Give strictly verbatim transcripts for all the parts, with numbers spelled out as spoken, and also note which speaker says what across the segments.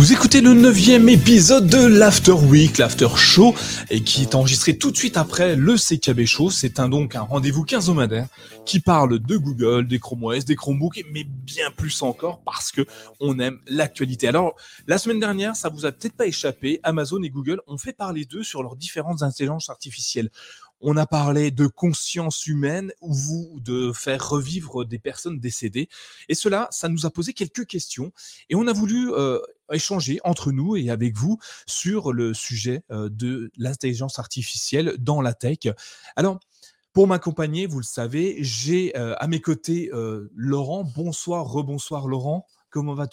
Speaker 1: Vous écoutez le neuvième épisode de l'After Week, l'After Show, et qui est enregistré tout de suite après le C K B Show. C'est un, donc un rendez-vous quinzomadaire qui parle de Google, des Chrome O S, des Chromebooks, mais bien plus encore parce que on aime l'actualité. Alors, la semaine dernière, ça vous a peut-être pas échappé, Amazon et Google ont fait parler d'eux sur leurs différentes intelligences artificielles. On a parlé de conscience humaine ou de faire revivre des personnes décédées. Et cela, ça nous a posé quelques questions. Et on a voulu euh, échanger entre nous et avec vous sur le sujet euh, de l'intelligence artificielle dans la tech. Alors, pour m'accompagner, vous le savez, j'ai euh, à mes côtés euh, Laurent. Bonsoir, rebonsoir Laurent. Comment vas-tu ?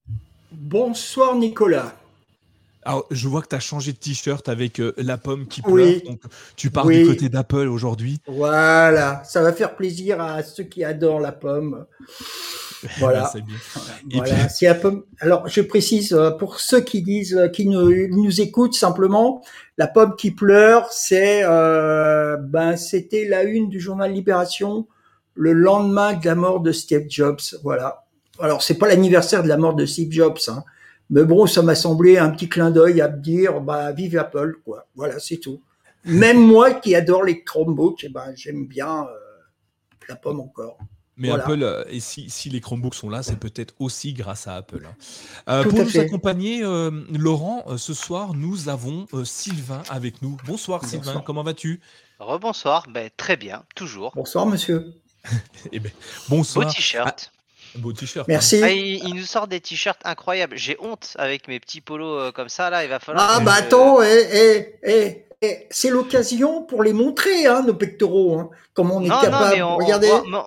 Speaker 2: Bonsoir Nicolas.
Speaker 1: Alors, je vois que tu as changé de t-shirt avec euh, la pomme qui pleure,
Speaker 2: oui.
Speaker 1: donc tu pars
Speaker 2: oui.
Speaker 1: du côté d'Apple aujourd'hui.
Speaker 2: Voilà, ça va faire plaisir à ceux qui adorent la pomme. Voilà.
Speaker 1: Ben, c'est bien.
Speaker 2: Voilà. Puis... C'est la pomme. Alors, je précise pour ceux qui disent, qui nous, nous écoutent simplement, la pomme qui pleure, c'est, euh, ben, c'était la une du journal Libération le lendemain de la mort de Steve Jobs. Voilà. Alors, c'est pas l'anniversaire de la mort de Steve Jobs, hein. Mais bon, ça m'a semblé un petit clin d'œil à me dire, bah, vive Apple, quoi. Voilà, c'est tout. Même moi qui adore les Chromebooks, eh ben, j'aime bien euh, la pomme encore.
Speaker 1: Mais
Speaker 2: voilà.
Speaker 1: Apple, euh, et si, si les Chromebooks sont là, c'est peut-être aussi grâce à Apple. Hein. Euh, pour nous fait. accompagner, euh, Laurent, euh, ce soir, nous avons euh, Sylvain avec nous. Bonsoir, Bonsoir. Sylvain, comment vas-tu ?
Speaker 3: Rebonsoir, ben, très bien, toujours.
Speaker 2: Bonsoir, monsieur.
Speaker 1: eh ben, bonsoir.
Speaker 3: Beau t-shirt.
Speaker 1: Ah. Beau t-shirt.
Speaker 2: Merci.
Speaker 3: Hein. Ah, il, il nous sort des t-shirts incroyables. J'ai honte avec mes petits polos euh, comme ça là. Il va falloir.
Speaker 2: Ah bah
Speaker 3: je...
Speaker 2: attends, eh, eh, eh, eh, c'est l'occasion pour les montrer, hein, nos pectoraux. Hein, comme on est
Speaker 3: non,
Speaker 2: capable.
Speaker 3: Non, mais on,
Speaker 2: Regardez.
Speaker 3: On voit,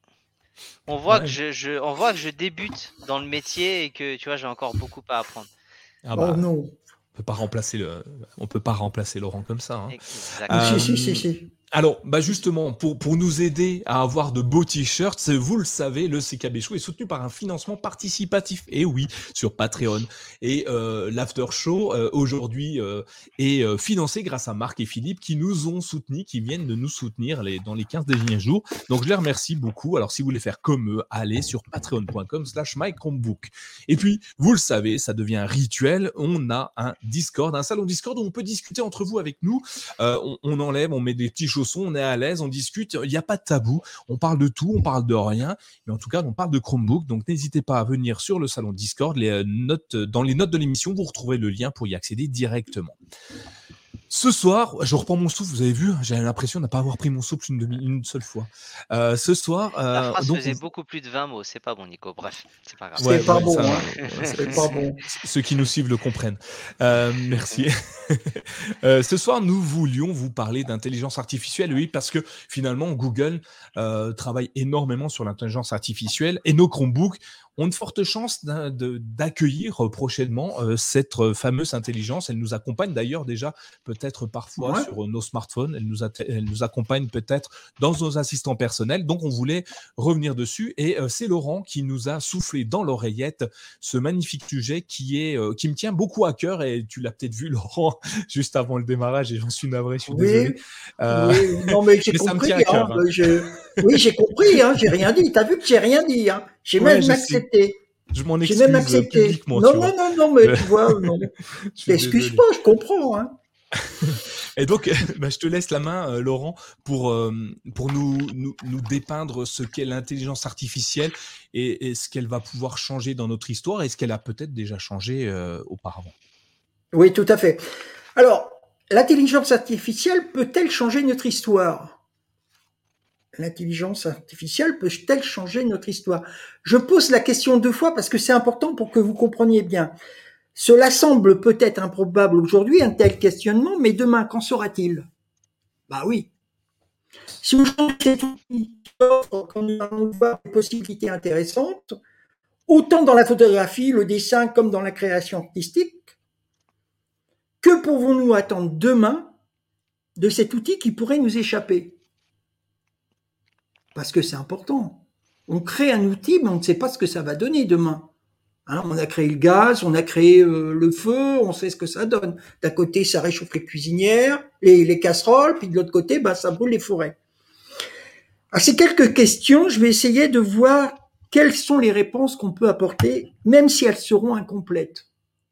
Speaker 3: on voit ouais. que je, je, on voit que je débute dans le métier et que tu vois, j'ai encore beaucoup à apprendre.
Speaker 1: Ah bah,
Speaker 2: oh non.
Speaker 1: On peut pas remplacer le, on peut pas remplacer Laurent comme ça. Hein.
Speaker 3: Exactement.
Speaker 2: Euh, si, si, si, si.
Speaker 1: Alors, bah justement, pour, pour nous aider à avoir de beaux t-shirts, vous le savez, le C K B Show est soutenu par un financement participatif. Et oui, sur Patreon. Et euh, l'After Show, euh, aujourd'hui, euh, est euh, financé grâce à Marc et Philippe qui nous ont soutenus, qui viennent de nous soutenir les, dans les quinze derniers jours. Donc, je les remercie beaucoup. Alors, si vous voulez faire comme eux, allez sur patreon.com slash mychromebook. Et puis, vous le savez, ça devient un rituel. On a un Discord, un salon Discord où on peut discuter entre vous avec nous. Euh, on, on enlève, on met des petits chaussons, on est à l'aise, on discute, il n'y a pas de tabou, on parle de tout, on parle de rien, mais en tout cas, on parle de Chromebook, donc n'hésitez pas à venir sur le salon Discord, les notes, dans les notes de l'émission, vous retrouvez le lien pour y accéder directement. Ce soir, je reprends mon souffle, vous avez vu, j'ai l'impression de ne pas avoir pris mon souffle une, demi, une seule fois. Euh, ce soir... Euh,
Speaker 3: La phrase
Speaker 1: donc,
Speaker 3: faisait
Speaker 1: on...
Speaker 3: beaucoup plus de vingt mots, c'est pas bon Nico, bref, c'est pas grave.
Speaker 2: C'est ouais, pas, ouais, bon,
Speaker 1: ça,
Speaker 2: hein. c'est pas bon.
Speaker 1: Ceux qui nous suivent le comprennent. Euh, merci. euh, ce soir, nous voulions vous parler d'intelligence artificielle, oui, parce que finalement, Google euh, travaille énormément sur l'intelligence artificielle et nos Chromebooks ont une forte chance d'un, de, d'accueillir prochainement euh, cette fameuse intelligence. Elle nous accompagne d'ailleurs déjà peut-être parfois ouais. sur nos smartphones. Elle nous, a, elle nous accompagne peut-être dans nos assistants personnels. Donc, on voulait revenir dessus. Et euh, c'est Laurent qui nous a soufflé dans l'oreillette ce magnifique sujet qui, est, euh, qui me tient beaucoup à cœur. Et tu l'as peut-être vu, Laurent, juste avant le démarrage. Et j'en suis navré, je suis
Speaker 2: oui,
Speaker 1: désolé.
Speaker 2: Euh, oui, non, mais j'ai mais compris. Hein, cœur, hein. Je... Oui, j'ai compris. Hein, j'ai rien dit. Tu as vu que j'ai rien dit. Hein. J'ai ouais, même accepté.
Speaker 1: Je m'en excuse
Speaker 2: j'ai même accepté.
Speaker 1: publiquement.
Speaker 2: Non,
Speaker 1: tu
Speaker 2: non,
Speaker 1: vois.
Speaker 2: non, non, mais tu vois, non. T'excuses pas, je comprends. Hein.
Speaker 1: Et donc, bah, je te laisse la main, euh, Laurent, pour, euh, pour nous, nous, nous dépeindre ce qu'est l'intelligence artificielle et, et ce qu'elle va pouvoir changer dans notre histoire et ce qu'elle a peut-être déjà changé euh, auparavant.
Speaker 2: Oui, tout à fait. Alors, l'intelligence artificielle peut-elle changer notre histoire ? L'intelligence artificielle peut-elle changer notre histoire ? Je pose la question deux fois parce que c'est important pour que vous compreniez bien. Cela semble peut-être improbable aujourd'hui, un tel questionnement, mais demain, qu'en sera-t-il ? Bah oui. Si aujourd'hui cet outil offre, quand nous allons voir des possibilités intéressantes, autant dans la photographie, le dessin, comme dans la création artistique, que pouvons-nous attendre demain de cet outil qui pourrait nous échapper ? Parce que c'est important. On crée un outil, mais on ne sait pas ce que ça va donner demain. Hein, on a créé le gaz, on a créé euh, le feu, on sait ce que ça donne. D'un côté, ça réchauffe les cuisinières, les, les casseroles, puis de l'autre côté, bah, ça brûle les forêts. À ces quelques questions, je vais essayer de voir quelles sont les réponses qu'on peut apporter, même si elles seront incomplètes.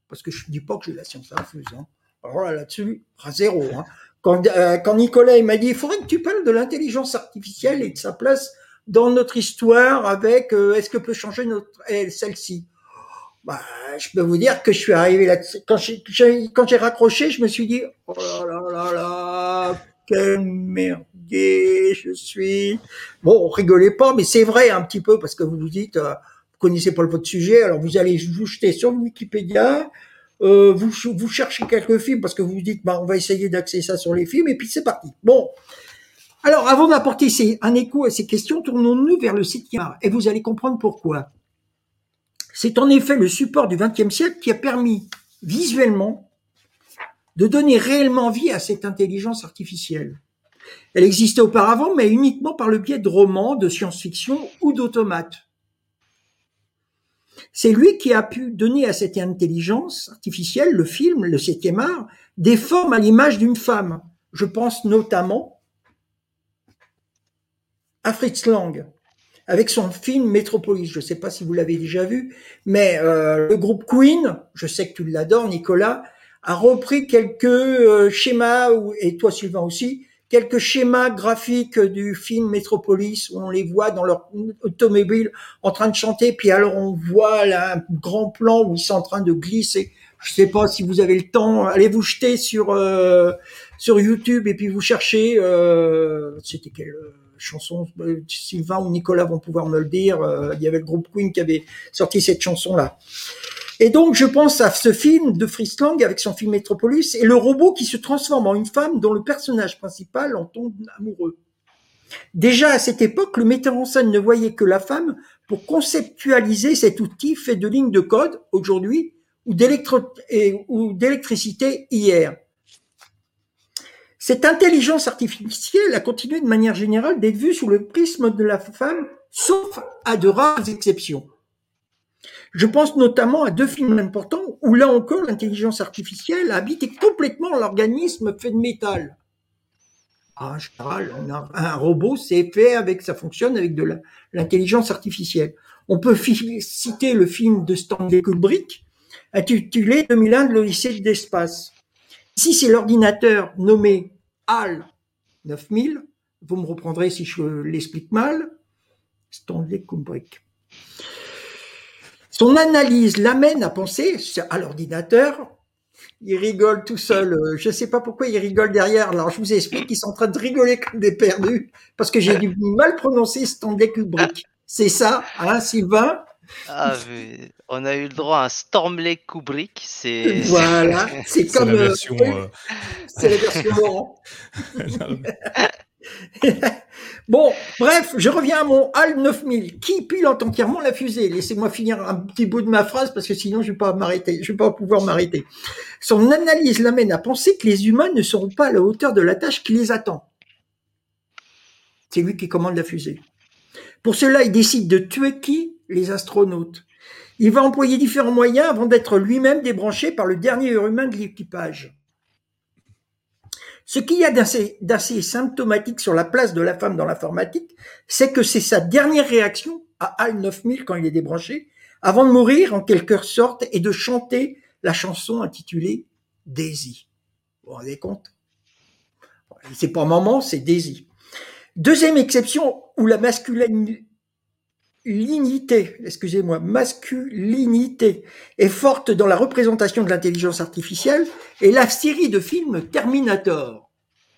Speaker 2: parce que je ne dis pas que j'ai la science infuse. Hein. Alors là, là-dessus, à zéro. Hein. Quand, euh, quand Nicolas il m'a dit, il faudrait que tu parles de l'intelligence artificielle et de sa place dans notre histoire avec euh, est-ce que peut changer notre eh, celle-ci. Bah, je peux vous dire que je suis arrivé là quand j'ai, quand j'ai raccroché, je me suis dit oh là là là là, quel merdier je suis. Bon, rigolez pas, mais c'est vrai un petit peu parce que vous vous dites, euh, vous connaissez pas le votre sujet, alors vous allez vous jeter sur Wikipédia, euh, vous vous cherchez quelques films parce que vous vous dites bah on va essayer d'axer ça sur les films et puis c'est parti. Bon. Alors, avant d'apporter ces, un écho à ces questions, tournons-nous vers le septième art et vous allez comprendre pourquoi. C'est en effet le support du vingtième siècle qui a permis, visuellement, de donner réellement vie à cette intelligence artificielle. Elle existait auparavant, mais uniquement par le biais de romans, de science-fiction ou d'automates. C'est lui qui a pu donner à cette intelligence artificielle, le film, le septième art, des formes à l'image d'une femme. Je pense notamment à Fritz Lang, avec son film Metropolis. Je ne sais pas si vous l'avez déjà vu, mais euh, le groupe Queen, je sais que tu l'adores, Nicolas, a repris quelques euh, schémas, et toi Sylvain aussi, quelques schémas graphiques du film Metropolis, où on les voit dans leur automobile en train de chanter, puis alors on voit là, un grand plan où ils sont en train de glisser. Je ne sais pas si vous avez le temps, allez vous jeter sur euh, sur YouTube et puis vous cherchez, euh, c'était quelle chanson, Sylvain ou Nicolas vont pouvoir me le dire, euh, il y avait le groupe Queen qui avait sorti cette chanson-là. Et donc, je pense à ce film de Fritz Lang avec son film Metropolis et le robot qui se transforme en une femme dont le personnage principal en tombe amoureux. Déjà à cette époque, le metteur en scène ne voyait que la femme pour conceptualiser cet outil fait de lignes de code aujourd'hui ou, d'électro- et, ou d'électricité hier. Cette intelligence artificielle a continué de manière générale d'être vue sous le prisme de la femme, sauf à de rares exceptions. Je pense notamment à deux films importants où là encore l'intelligence artificielle a habité complètement l'organisme fait de métal. Ah, en général, on a un robot, c'est fait avec, ça fonctionne avec de la, l'intelligence artificielle. On peut fi- citer le film de Stanley Kubrick, intitulé deux mille un de l'Odyssée de l'espace. Ici, c'est l'ordinateur nommé H A L neuf mille. Vous me reprendrez si je l'explique mal. Stanley Kubrick. Son analyse l'amène à penser à l'ordinateur. Il rigole tout seul. Je ne sais pas pourquoi il rigole derrière. Alors, je vous explique qu'ils sont en train de rigoler comme des perdus parce que j'ai dû mal prononcer Stanley Kubrick. C'est ça, hein, Sylvain?
Speaker 3: Ah, mais on a eu le droit à un Stanley Kubrick. C'est
Speaker 2: Voilà, c'est
Speaker 1: C'est
Speaker 2: comme
Speaker 1: la
Speaker 2: euh,
Speaker 1: version. euh,
Speaker 2: c'est la version Laurent. Bon, bref, je reviens à mon H A L neuf mille qui pilote entièrement la fusée. Laissez-moi finir un petit bout de ma phrase parce que sinon je vais pas m'arrêter, je vais pas pouvoir m'arrêter. Son analyse l'amène à penser que les humains ne seront pas à la hauteur de la tâche qui les attend. C'est lui qui commande la fusée. Pour cela, il décide de tuer qui? Les astronautes. Il va employer différents moyens avant d'être lui-même débranché par le dernier humain de l'équipage. Ce qu'il y a d'assez, d'assez symptomatique sur la place de la femme dans l'informatique, c'est que c'est sa dernière réaction à H A L neuf mille quand il est débranché, avant de mourir en quelque sorte et de chanter la chanson intitulée Daisy. Vous vous rendez compte? C'est pas maman, c'est Daisy. Deuxième exception où la masculinité, excusez-moi, masculinité est forte dans la représentation de l'intelligence artificielle est la série de films Terminator.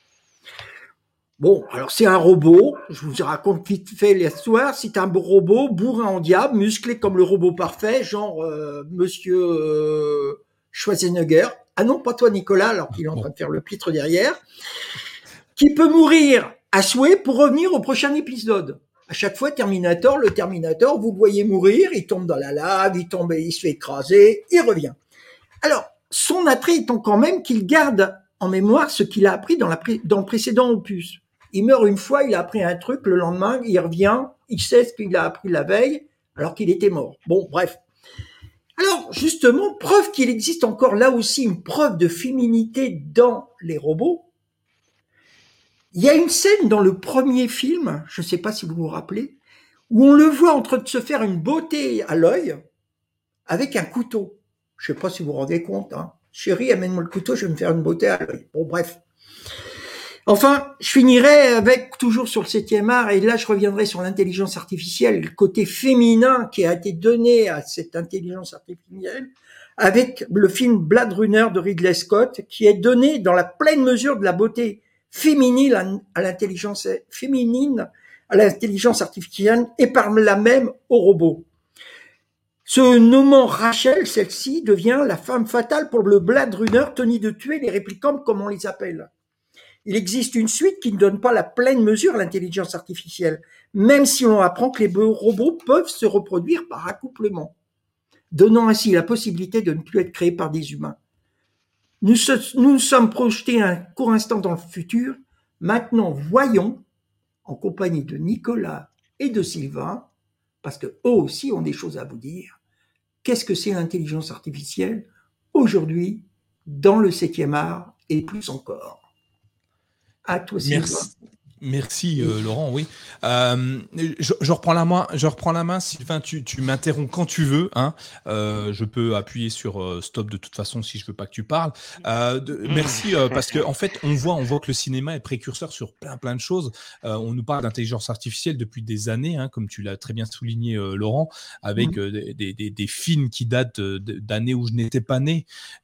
Speaker 2: Bon, alors c'est un robot, je vous raconte vite fait l'histoire, c'est un robot bourrin en diable, musclé comme le robot parfait, genre euh, monsieur euh, Schwarzenegger. Ah non, pas toi Nicolas, alors qu'il est en train de faire le pitre derrière, qui peut mourir à souhait pour revenir au prochain épisode. À chaque fois, Terminator, le Terminator, vous le voyez mourir, il tombe dans la lave, il tombe, il se fait écraser, il revient. Alors, son attrait étant quand même qu'il garde en mémoire ce qu'il a appris dans, la, dans le précédent opus. Il meurt une fois, il a appris un truc, le lendemain, il revient, il sait ce qu'il a appris la veille, alors qu'il était mort. Bon, bref. Alors, justement, preuve qu'il existe encore là aussi une preuve de féminité dans les robots. Il y a une scène dans le premier film, je ne sais pas si vous vous rappelez, où on le voit en train de se faire une beauté à l'œil avec un couteau. Je sais pas si vous vous rendez compte. Hein. Chérie, amène-moi le couteau, je vais me faire une beauté à l'œil. Bon, bref. Enfin, je finirai avec, toujours sur le septième art, et là je reviendrai sur l'intelligence artificielle, le côté féminin qui a été donné à cette intelligence artificielle, avec le film Blade Runner de Ridley Scott, qui est donné dans la pleine mesure de la beauté féminine à l'intelligence féminine, à l'intelligence artificielle, et par là même au robot. Se nommant Rachel, celle-ci devient la femme fatale pour le Blade Runner tenu de tuer les réplicants comme on les appelle. Il existe une suite qui ne donne pas la pleine mesure à l'intelligence artificielle, même si l'on apprend que les robots peuvent se reproduire par accouplement, donnant ainsi la possibilité de ne plus être créés par des humains. Nous nous sommes projetés un court instant dans le futur. Maintenant, voyons, en compagnie de Nicolas et de Sylvain, parce qu'eux aussi ont des choses à vous dire, qu'est-ce que c'est l'intelligence artificielle aujourd'hui dans le septième art et plus encore. À toi, Sylvain.
Speaker 1: Merci. Merci euh, Laurent, oui. Euh, je, je reprends la main, je reprends la main. Sylvain, tu, tu m'interromps quand tu veux. Hein. Euh, je peux appuyer sur euh, stop de toute façon si je veux pas que tu parles. Euh, de, merci euh, parce que en fait, on voit, on voit que le cinéma est précurseur sur plein plein de choses. Euh, on nous parle d'intelligence artificielle depuis des années, hein, comme tu l'as très bien souligné, euh, Laurent, avec euh, des, des, des films qui datent d'années où je n'étais pas né.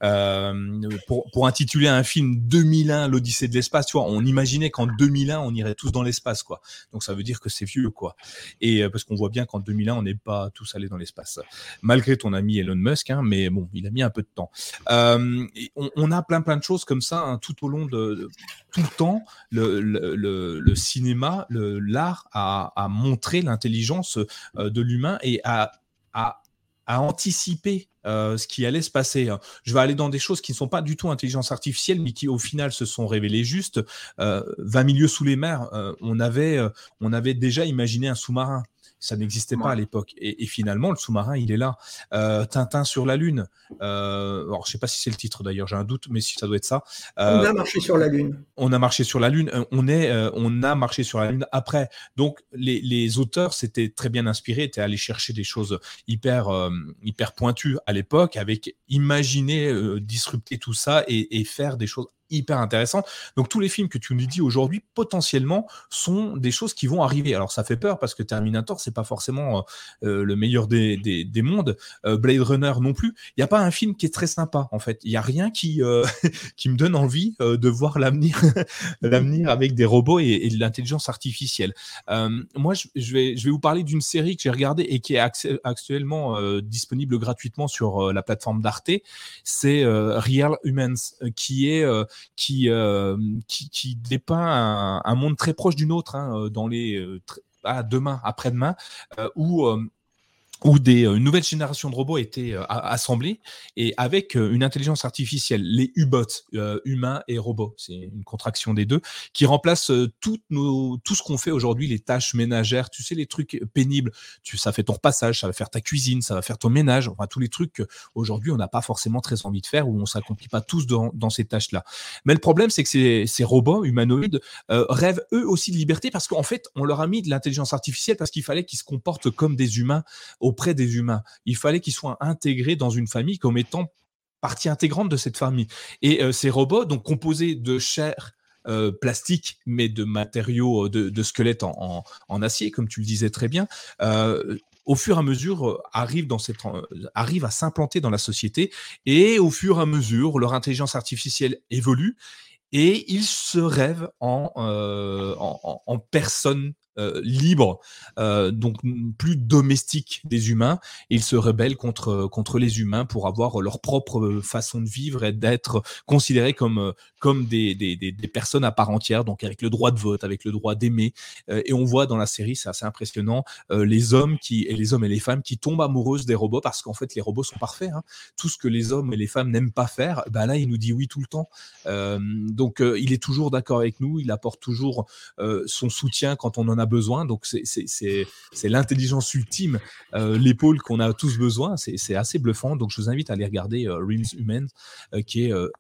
Speaker 1: Euh, pour, pour intituler un film deux mille un, l'Odyssée de l'espace, tu vois, on imaginait qu'en deux mille un, on irait tous dans l'espace, quoi. Donc ça veut dire que c'est vieux, quoi. Et euh, parce qu'on voit bien qu'en deux mille un, on n'est pas tous allés dans l'espace, malgré ton ami Elon Musk, hein, mais bon, il a mis un peu de temps. Euh, on, on a plein plein de choses comme ça hein, tout au long de, de tout le temps. Le, le, le, le cinéma, le, l'art a, a montré l'intelligence euh, de l'humain et a, a à anticiper euh, ce qui allait se passer. Je vais aller dans des choses qui ne sont pas du tout intelligence artificielle, mais qui au final se sont révélées justes. Euh, vingt milieux sous les mers, euh, on avait, euh, on avait déjà imaginé un sous-marin. Ça n'existait pas à l'époque. Et, et finalement, le sous-marin, il est là. Euh, Tintin sur la Lune. Euh, alors, je ne sais pas si c'est le titre d'ailleurs, j'ai un doute, mais si ça doit être ça.
Speaker 2: Euh, on a marché sur la Lune.
Speaker 1: On a marché sur la Lune. On, est, euh, on a marché sur la Lune après. Donc, les, les auteurs s'étaient très bien inspirés, étaient allés chercher des choses hyper, euh, hyper pointues à l'époque, avec imaginer, euh, disrupter tout ça et, et faire des choses hyper intéressant. Donc tous les films que tu nous dis aujourd'hui potentiellement sont des choses qui vont arriver. Alors ça fait peur parce que Terminator c'est pas forcément euh, le meilleur des, des, des mondes. Euh, Blade Runner non plus. Il y a pas un film qui est très sympa en fait. Il y a rien qui euh, qui me donne envie euh, de voir l'avenir l'avenir avec des robots et, et de l'intelligence artificielle. Euh, moi je, je vais je vais vous parler d'une série que j'ai regardée et qui est accès, actuellement euh, disponible gratuitement sur euh, la plateforme d'Arte. C'est euh, Real Humans euh, qui est euh, Qui, euh, qui, qui dépeint un, un monde très proche du nôtre hein, dans les euh, tr- ah, demain, après-demain, euh, où euh, où des, une nouvelle génération de robots a été euh, assemblée et avec euh, une intelligence artificielle, les U-bots, euh, humains et robots, c'est une contraction des deux, qui remplacent euh, toutes nos, tout ce qu'on fait aujourd'hui, les tâches ménagères, tu sais, les trucs pénibles, tu, ça fait ton repassage, ça va faire ta cuisine, ça va faire ton ménage, enfin tous les trucs qu'aujourd'hui on n'a pas forcément très envie de faire ou on s'accomplit pas tous dans, dans ces tâches-là. Mais le problème, c'est que ces, ces robots humanoïdes euh, rêvent eux aussi de liberté parce qu'en fait, on leur a mis de l'intelligence artificielle parce qu'il fallait qu'ils se comportent comme des humains auprès des humains. Il fallait qu'ils soient intégrés dans une famille comme étant partie intégrante de cette famille. Et euh, ces robots, donc composés de chair euh, plastique, mais de matériaux, de, de squelettes en, en, en acier, comme tu le disais très bien, euh, au fur et à mesure, euh, arrivent, dans cette, euh, arrivent à s'implanter dans la société et au fur et à mesure, leur intelligence artificielle évolue et ils se rêvent en, euh, en, en, en personnes Euh, libres, euh, donc plus domestiques des humains. Ils se rebellent contre contre les humains pour avoir leur propre façon de vivre et d'être considérés comme comme des des des, des personnes à part entière, donc avec le droit de vote, avec le droit d'aimer. Euh, et on voit dans la série, c'est assez impressionnant, euh, les hommes qui et les hommes et les femmes qui tombent amoureuses des robots parce qu'en fait les robots sont parfaits. Hein. Tout ce que les hommes et les femmes n'aiment pas faire, ben là il nous dit oui tout le temps. Euh, donc euh, il est toujours d'accord avec nous, il apporte toujours euh, son soutien quand on en a besoin, donc c'est, c'est, c'est, c'est l'intelligence ultime, euh, l'épaule qu'on a tous besoin, c'est, c'est assez bluffant, donc je vous invite à aller regarder euh, Real Humans, euh, qui est euh,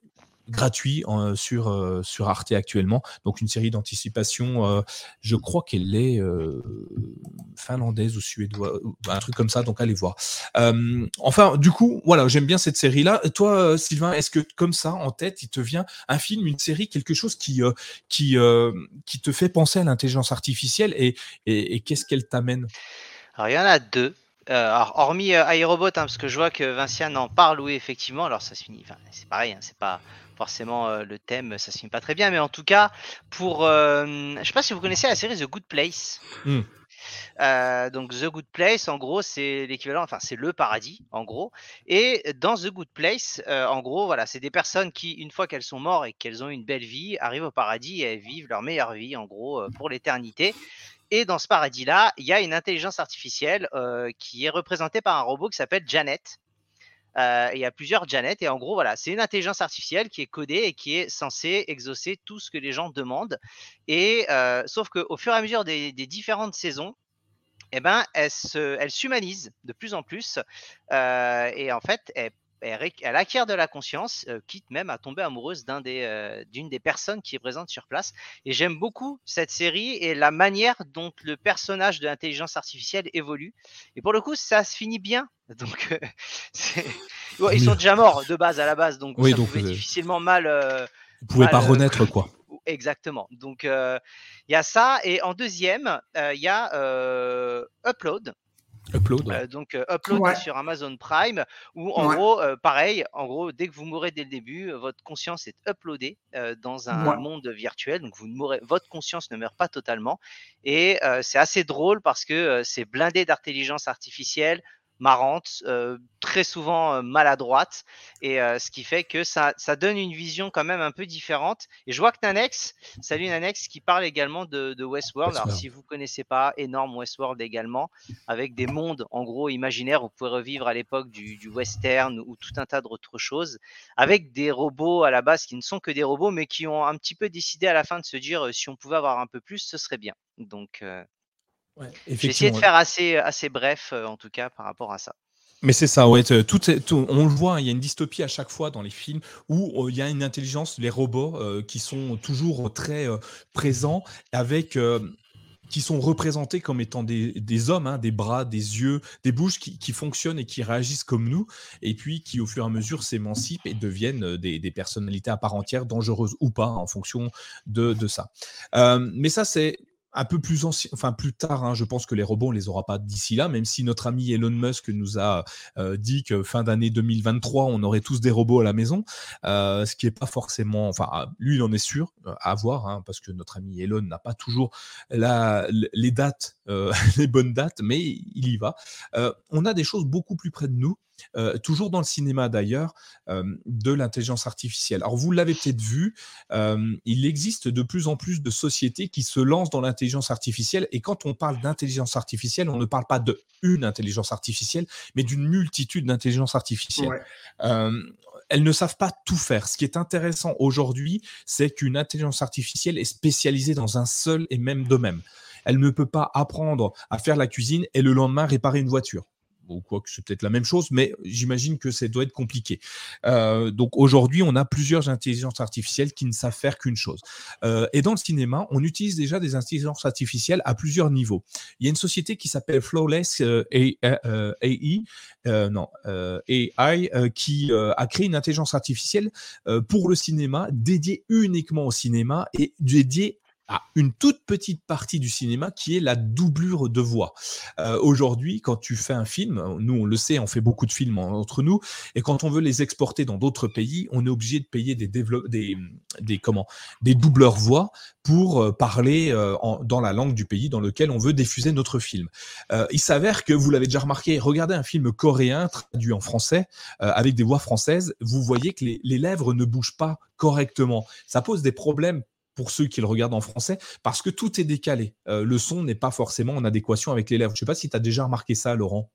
Speaker 1: gratuit euh, sur euh, sur Arte actuellement. Donc une série d'anticipation. Euh, je crois qu'elle est euh, finlandaise ou suédoise, un truc comme ça. Donc allez voir. Euh, enfin, du coup, voilà, j'aime bien cette série-là. Et toi, Sylvain, est-ce que comme ça en tête, il te vient un film, une série, quelque chose qui euh, qui euh, qui te fait penser à l'intelligence artificielle et et, et qu'est-ce qu'elle t'amène?
Speaker 3: Alors il y en a deux. Euh, alors, hormis euh, iRobot, hein, parce que je vois que Vinciane en parle, oui, effectivement. Alors ça se finit, enfin, c'est pareil, hein, c'est pas forcément euh, le thème, ça se finit pas très bien, mais en tout cas, pour, euh, je sais pas si vous connaissez la série The Good Place.
Speaker 1: Mm.
Speaker 3: Euh, donc The Good Place, en gros, c'est l'équivalent, enfin c'est le paradis, en gros. Et dans The Good Place, euh, en gros, voilà, c'est des personnes qui, une fois qu'elles sont mortes et qu'elles ont une belle vie, arrivent au paradis et elles vivent leur meilleure vie, en gros, euh, pour l'éternité. Et dans ce paradis-là, il y a une intelligence artificielle euh, qui est représentée par un robot qui s'appelle Janet. Euh, il y a plusieurs Janet et en gros, voilà, c'est une intelligence artificielle qui est codée et qui est censée exaucer tout ce que les gens demandent. Et euh, sauf qu'au fur et à mesure des, des différentes saisons, eh ben, elle, se, elle s'humanise de plus en plus euh, et en fait, elle, elle, elle acquiert de la conscience, euh, quitte même à tomber amoureuse d'un des, euh, d'une des personnes qui est présente sur place. Et j'aime beaucoup cette série et la manière dont le personnage de l'intelligence artificielle évolue. Et pour le coup, ça se finit bien. Donc, euh, c'est... Ouais, ils sont déjà morts de base à la base, donc
Speaker 1: Oui,
Speaker 3: ça
Speaker 1: donc
Speaker 3: pouvait
Speaker 1: vous,
Speaker 3: difficilement mal. Euh,
Speaker 1: vous pouvez
Speaker 3: mal,
Speaker 1: pas
Speaker 3: euh,
Speaker 1: renaître quoi.
Speaker 3: Exactement. Donc, il euh, y a ça. Et en deuxième, il euh, y a euh, Upload.
Speaker 1: Upload. Ouais.
Speaker 3: Euh, donc, euh, Upload
Speaker 2: Ouais.
Speaker 3: qui est sur Amazon Prime, où en
Speaker 2: Ouais.
Speaker 3: gros, euh, pareil, en gros, dès que vous mourrez dès le début, votre conscience est uploadée euh, dans un
Speaker 2: Ouais.
Speaker 3: monde virtuel. Donc, vous ne mourrez, votre conscience ne meurt pas totalement. Et euh, c'est assez drôle parce que euh, c'est blindé d'intelligence artificielle, marrante, euh, très souvent euh, maladroite, et euh, ce qui fait que ça, ça donne une vision quand même un peu différente. Et je vois que Nanex, salut Nanex, qui parle également de, de Westworld.
Speaker 1: Westworld.
Speaker 3: Alors si vous connaissez pas, énorme Westworld également, avec des mondes en gros imaginaires. Vous pouvez revivre à l'époque du, du western ou tout un tas d'autres choses, avec des robots à la base qui ne sont que des robots, mais qui ont un petit peu décidé à la fin de se dire euh, si on pouvait avoir un peu plus, ce serait bien. Donc euh,
Speaker 1: Ouais,
Speaker 3: j'ai essayé de
Speaker 1: effectivement.
Speaker 3: faire assez, assez bref, euh, en tout cas, par rapport à ça.
Speaker 1: Mais c'est ça, ouais. Tout est, tout, on le voit, il y a une dystopie à chaque fois dans les films où euh, il y a une intelligence, les robots euh, qui sont toujours très euh, présents, avec euh, qui sont représentés comme étant des, des hommes, hein, des bras, des yeux, des bouches qui, qui fonctionnent et qui réagissent comme nous, et puis qui au fur et à mesure s'émancipent et deviennent des, des personnalités à part entière, dangereuses ou pas, en fonction de, de ça. Euh, mais ça, c'est un peu plus ancien, enfin plus tard, hein, je pense que les robots, on les aura pas d'ici là, même si notre ami Elon Musk nous a euh, dit que fin d'année deux mille vingt-trois, on aurait tous des robots à la maison, euh, ce qui est pas forcément, enfin lui il en est sûr, euh, à voir, hein, parce que notre ami Elon n'a pas toujours la, les dates, euh, les bonnes dates, mais il y va. Euh, on a des choses beaucoup plus près de nous. Euh, toujours dans le cinéma d'ailleurs, euh, de l'intelligence artificielle. Alors vous l'avez peut-être vu, euh, il existe de plus en plus de sociétés qui se lancent dans l'intelligence artificielle, et quand on parle d'intelligence artificielle, on ne parle pas de une intelligence artificielle, mais d'une multitude d'intelligences artificielles. Ouais. Euh, elles ne savent pas tout faire. Ce qui est intéressant aujourd'hui, c'est qu'une intelligence artificielle est spécialisée dans un seul et même domaine. Elle ne peut pas apprendre à faire la cuisine et le lendemain réparer une voiture. Ou quoi que c'est peut-être la même chose, mais j'imagine que ça doit être compliqué. Euh, donc aujourd'hui, on a plusieurs intelligences artificielles qui ne savent faire qu'une chose. Euh, et dans le cinéma, on utilise déjà des intelligences artificielles à plusieurs niveaux. Il y a une société qui s'appelle Flawless euh, A I, euh, non, euh, A I, euh, qui euh, a créé une intelligence artificielle euh, pour le cinéma, dédiée uniquement au cinéma et dédiée à une toute petite partie du cinéma qui est la doublure de voix. Euh, aujourd'hui, quand tu fais un film, nous on le sait, on fait beaucoup de films entre nous, et quand on veut les exporter dans d'autres pays, on est obligé de payer des, développe- des, des, comment, des doubleurs voix pour euh, parler euh, en, dans la langue du pays dans lequel on veut diffuser notre film. Euh, il s'avère que, vous l'avez déjà remarqué, regardez un film coréen traduit en français, euh, avec des voix françaises, vous voyez que les, les lèvres ne bougent pas correctement. Ça pose des problèmes pour ceux qui le regardent en français, parce que tout est décalé. Euh, le son n'est pas forcément en adéquation avec les lèvres. Je ne sais pas si tu as déjà remarqué ça, Laurent.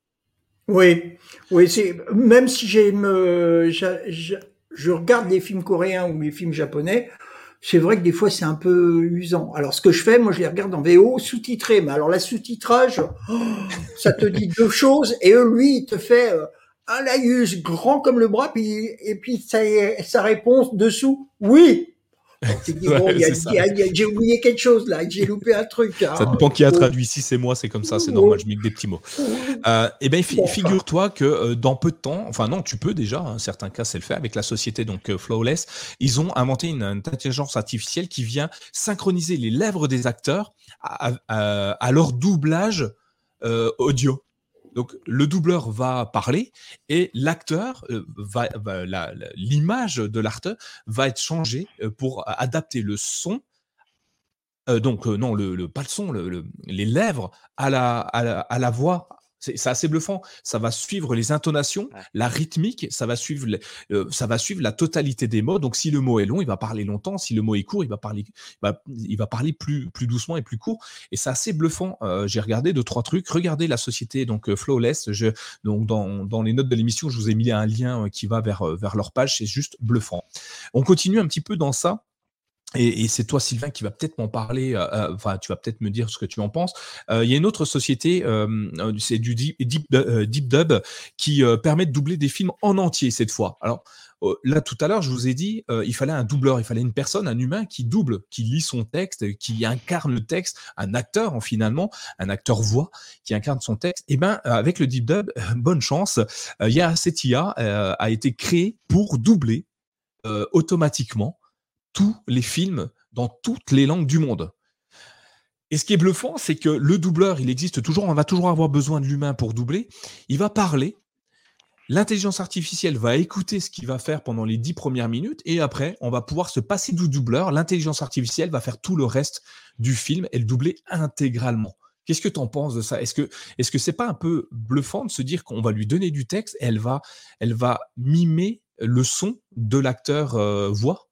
Speaker 2: Oui, oui, c'est même si j'aime, je, je, je regarde les films coréens ou les films japonais, c'est vrai que des fois c'est un peu usant. Alors ce que je fais, moi je les regarde en V O sous-titré, mais alors la sous-titrage, oh, ça te dit deux choses, et eux, lui, il te fait euh, un laïus grand comme le bras, puis, et puis sa, sa réponse dessous, oui. On s'est dit, bon,
Speaker 1: Ouais,
Speaker 2: il y a,
Speaker 1: c'est ça.
Speaker 2: il y a, il y a, j'ai oublié quelque chose là, j'ai loupé un truc. Hein.
Speaker 1: Ça dépend qui a
Speaker 2: Oh.
Speaker 1: traduit. Si c'est moi, c'est comme ça, c'est normal, je mets que des petits mots. Euh, et ben, fi-
Speaker 2: Bon,
Speaker 1: figure-toi que euh, dans peu de temps, enfin non, tu peux déjà, hein, certains cas c'est le fait, avec la société donc euh, Flawless, ils ont inventé une, une intelligence artificielle qui vient synchroniser les lèvres des acteurs à, à, à leur doublage euh, audio. Donc le doubleur va parler et l'acteur euh, va, va la, la, l'image de l'acteur va être changée euh, pour adapter le son. Euh, donc euh, non, le, le pas le son, le, le, les lèvres à la, à la, à la voix. C'est, c'est assez bluffant. Ça va suivre les intonations,
Speaker 3: Ouais.
Speaker 1: la rythmique, ça va suivre, les, euh, ça va suivre la totalité des mots. Donc si le mot est long, il va parler longtemps. Si le mot est court, il va parler, il va, il va parler plus, plus doucement et plus court. Et c'est assez bluffant. Euh, j'ai regardé deux trois trucs. Regardez la société donc euh, Flawless. Je, donc dans, dans les notes de l'émission, je vous ai mis un lien euh, qui va vers euh, vers leur page. C'est juste bluffant. On continue un petit peu dans ça. Et, et c'est toi, Sylvain, qui va peut-être m'en parler. Euh, enfin, tu vas peut-être me dire ce que tu en penses. Euh, Il y a une autre société, euh, c'est du Deep, Deep, euh, Deep Dub, qui euh, permet de doubler des films en entier cette fois. Alors euh, là, tout à l'heure, je vous ai dit, euh, il fallait un doubleur, il fallait une personne, un humain qui double, qui lit son texte, qui incarne le texte, un acteur, hein, finalement, un acteur voix qui incarne son texte. Et ben, avec le Deep Dub, bonne chance. Euh, il y a cette I A euh, a été créée pour doubler euh, automatiquement tous les films dans toutes les langues du monde. Et ce qui est bluffant, c'est que le doubleur, il existe toujours, on va toujours avoir besoin de l'humain pour doubler. Il va parler, l'intelligence artificielle va écouter ce qu'il va faire pendant les dix premières minutes, et après, on va pouvoir se passer du doubleur. L'intelligence artificielle va faire tout le reste du film et le doubler intégralement. Qu'est-ce que tu en penses de ça? Est-ce que est-ce que c'est pas un peu bluffant de se dire qu'on va lui donner du texte et elle va, elle va mimer le son de l'acteur euh, voix?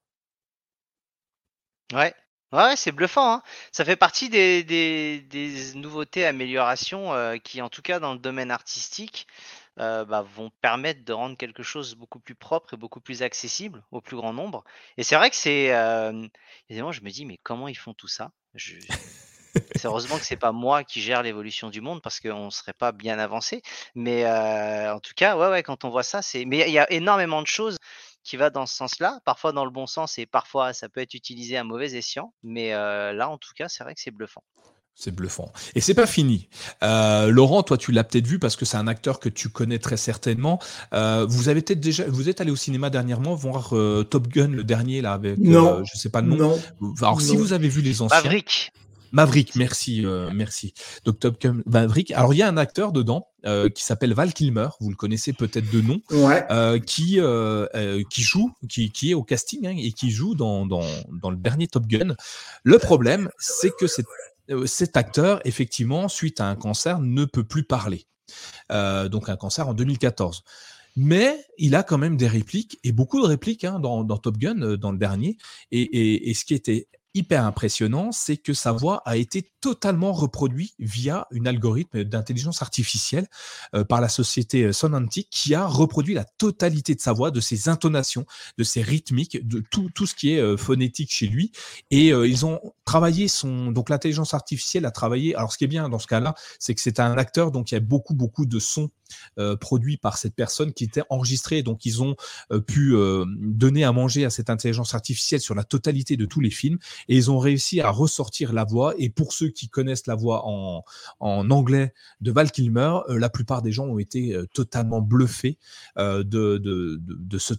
Speaker 3: Ouais. Ouais, c'est bluffant, hein. Ça fait partie des, des, des nouveautés, améliorations euh, qui, en tout cas dans le domaine artistique, euh, bah, vont permettre de rendre quelque chose beaucoup plus propre et beaucoup plus accessible au plus grand nombre. Et c'est vrai que c'est... Euh, évidemment, je me dis, mais comment ils font tout ça? Je, C'est heureusement que c'est pas moi qui gère l'évolution du monde parce qu'on serait pas bien avancé. Mais euh, en tout cas, ouais, ouais, quand on voit ça, c'est. Mais il y a énormément de choses qui va dans ce sens-là, parfois dans le bon sens et parfois ça peut être utilisé à mauvais escient. Mais euh, là, en tout cas, c'est vrai que c'est bluffant.
Speaker 1: C'est bluffant. Et c'est pas fini. Euh, Laurent, toi, tu l'as peut-être vu parce que c'est un acteur que tu connais très certainement. Euh, vous avez peut-être déjà, vous êtes allé au cinéma dernièrement voir euh, Top Gun, le dernier là avec, euh,
Speaker 2: non,
Speaker 1: je sais pas le nom.
Speaker 2: non,
Speaker 1: Alors si
Speaker 2: non.
Speaker 1: vous avez vu les anciens,
Speaker 3: Maverick.
Speaker 1: Maverick, merci, euh, merci. Donc Top Gun, Maverick. Alors il y a un acteur dedans euh, qui s'appelle Val Kilmer, vous le connaissez peut-être de nom,
Speaker 2: Ouais.
Speaker 1: euh, qui euh, euh, qui joue, qui qui est au casting hein, et qui joue dans dans dans le dernier Top Gun. Le problème, c'est que c'est cet acteur, effectivement, suite à un cancer, ne peut plus parler. Euh, donc un cancer en deux mille quatorze. Mais il a quand même des répliques, et beaucoup de répliques hein, dans, dans Top Gun, euh, dans le dernier. Et, et, et ce qui était hyper impressionnant, c'est que sa voix a été totalement reproduite via une algorithme d'intelligence artificielle euh, par la société Sonantic qui a reproduit la totalité de sa voix, de ses intonations, de ses rythmiques, de tout, tout ce qui est euh, phonétique chez lui. Et euh, ils ont travaillé son... Donc l'intelligence artificielle a travaillé... Alors ce qui est bien dans ce cas-là, c'est que c'est un acteur, donc il y a beaucoup, beaucoup de sons euh, produits par cette personne qui était enregistrés. Donc ils ont euh, pu euh, donner à manger à cette intelligence artificielle sur la totalité de tous les films. Et ils ont réussi à ressortir la voix. Et pour ceux qui connaissent la voix en, en anglais de Val Kilmer, euh, la plupart des gens ont été euh, totalement bluffés euh, de, de, de, de, ce,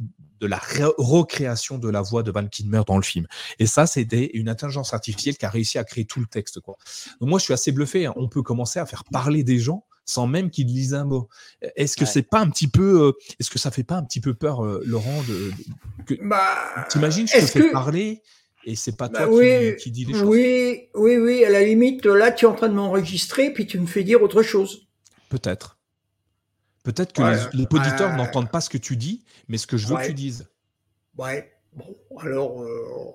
Speaker 1: de la ré- recréation de la voix de Val Kilmer dans le film. Et ça, c'était une intelligence artificielle qui a réussi à créer tout le texte, quoi. Donc moi, je suis assez bluffé. Hein. On peut commencer à faire parler des gens sans même qu'ils lisent un mot. Est-ce que ouais. c'est pas un petit peu, euh, est-ce que ça fait pas un petit peu peur, euh, Laurent, de, de que
Speaker 2: bah,
Speaker 1: t'imagines, je te fais que... parler et c'est pas toi bah,
Speaker 2: oui,
Speaker 1: qui, qui dis les choses.
Speaker 2: Oui, oui, oui. À la limite, là, tu es en train de m'enregistrer, puis tu me fais dire autre chose.
Speaker 1: Peut-être. Peut-être que ouais, les, les auditeurs euh, n'entendent pas ce que tu dis, mais ce que je veux ouais. que tu dises.
Speaker 2: Ouais. Bon, alors. Euh,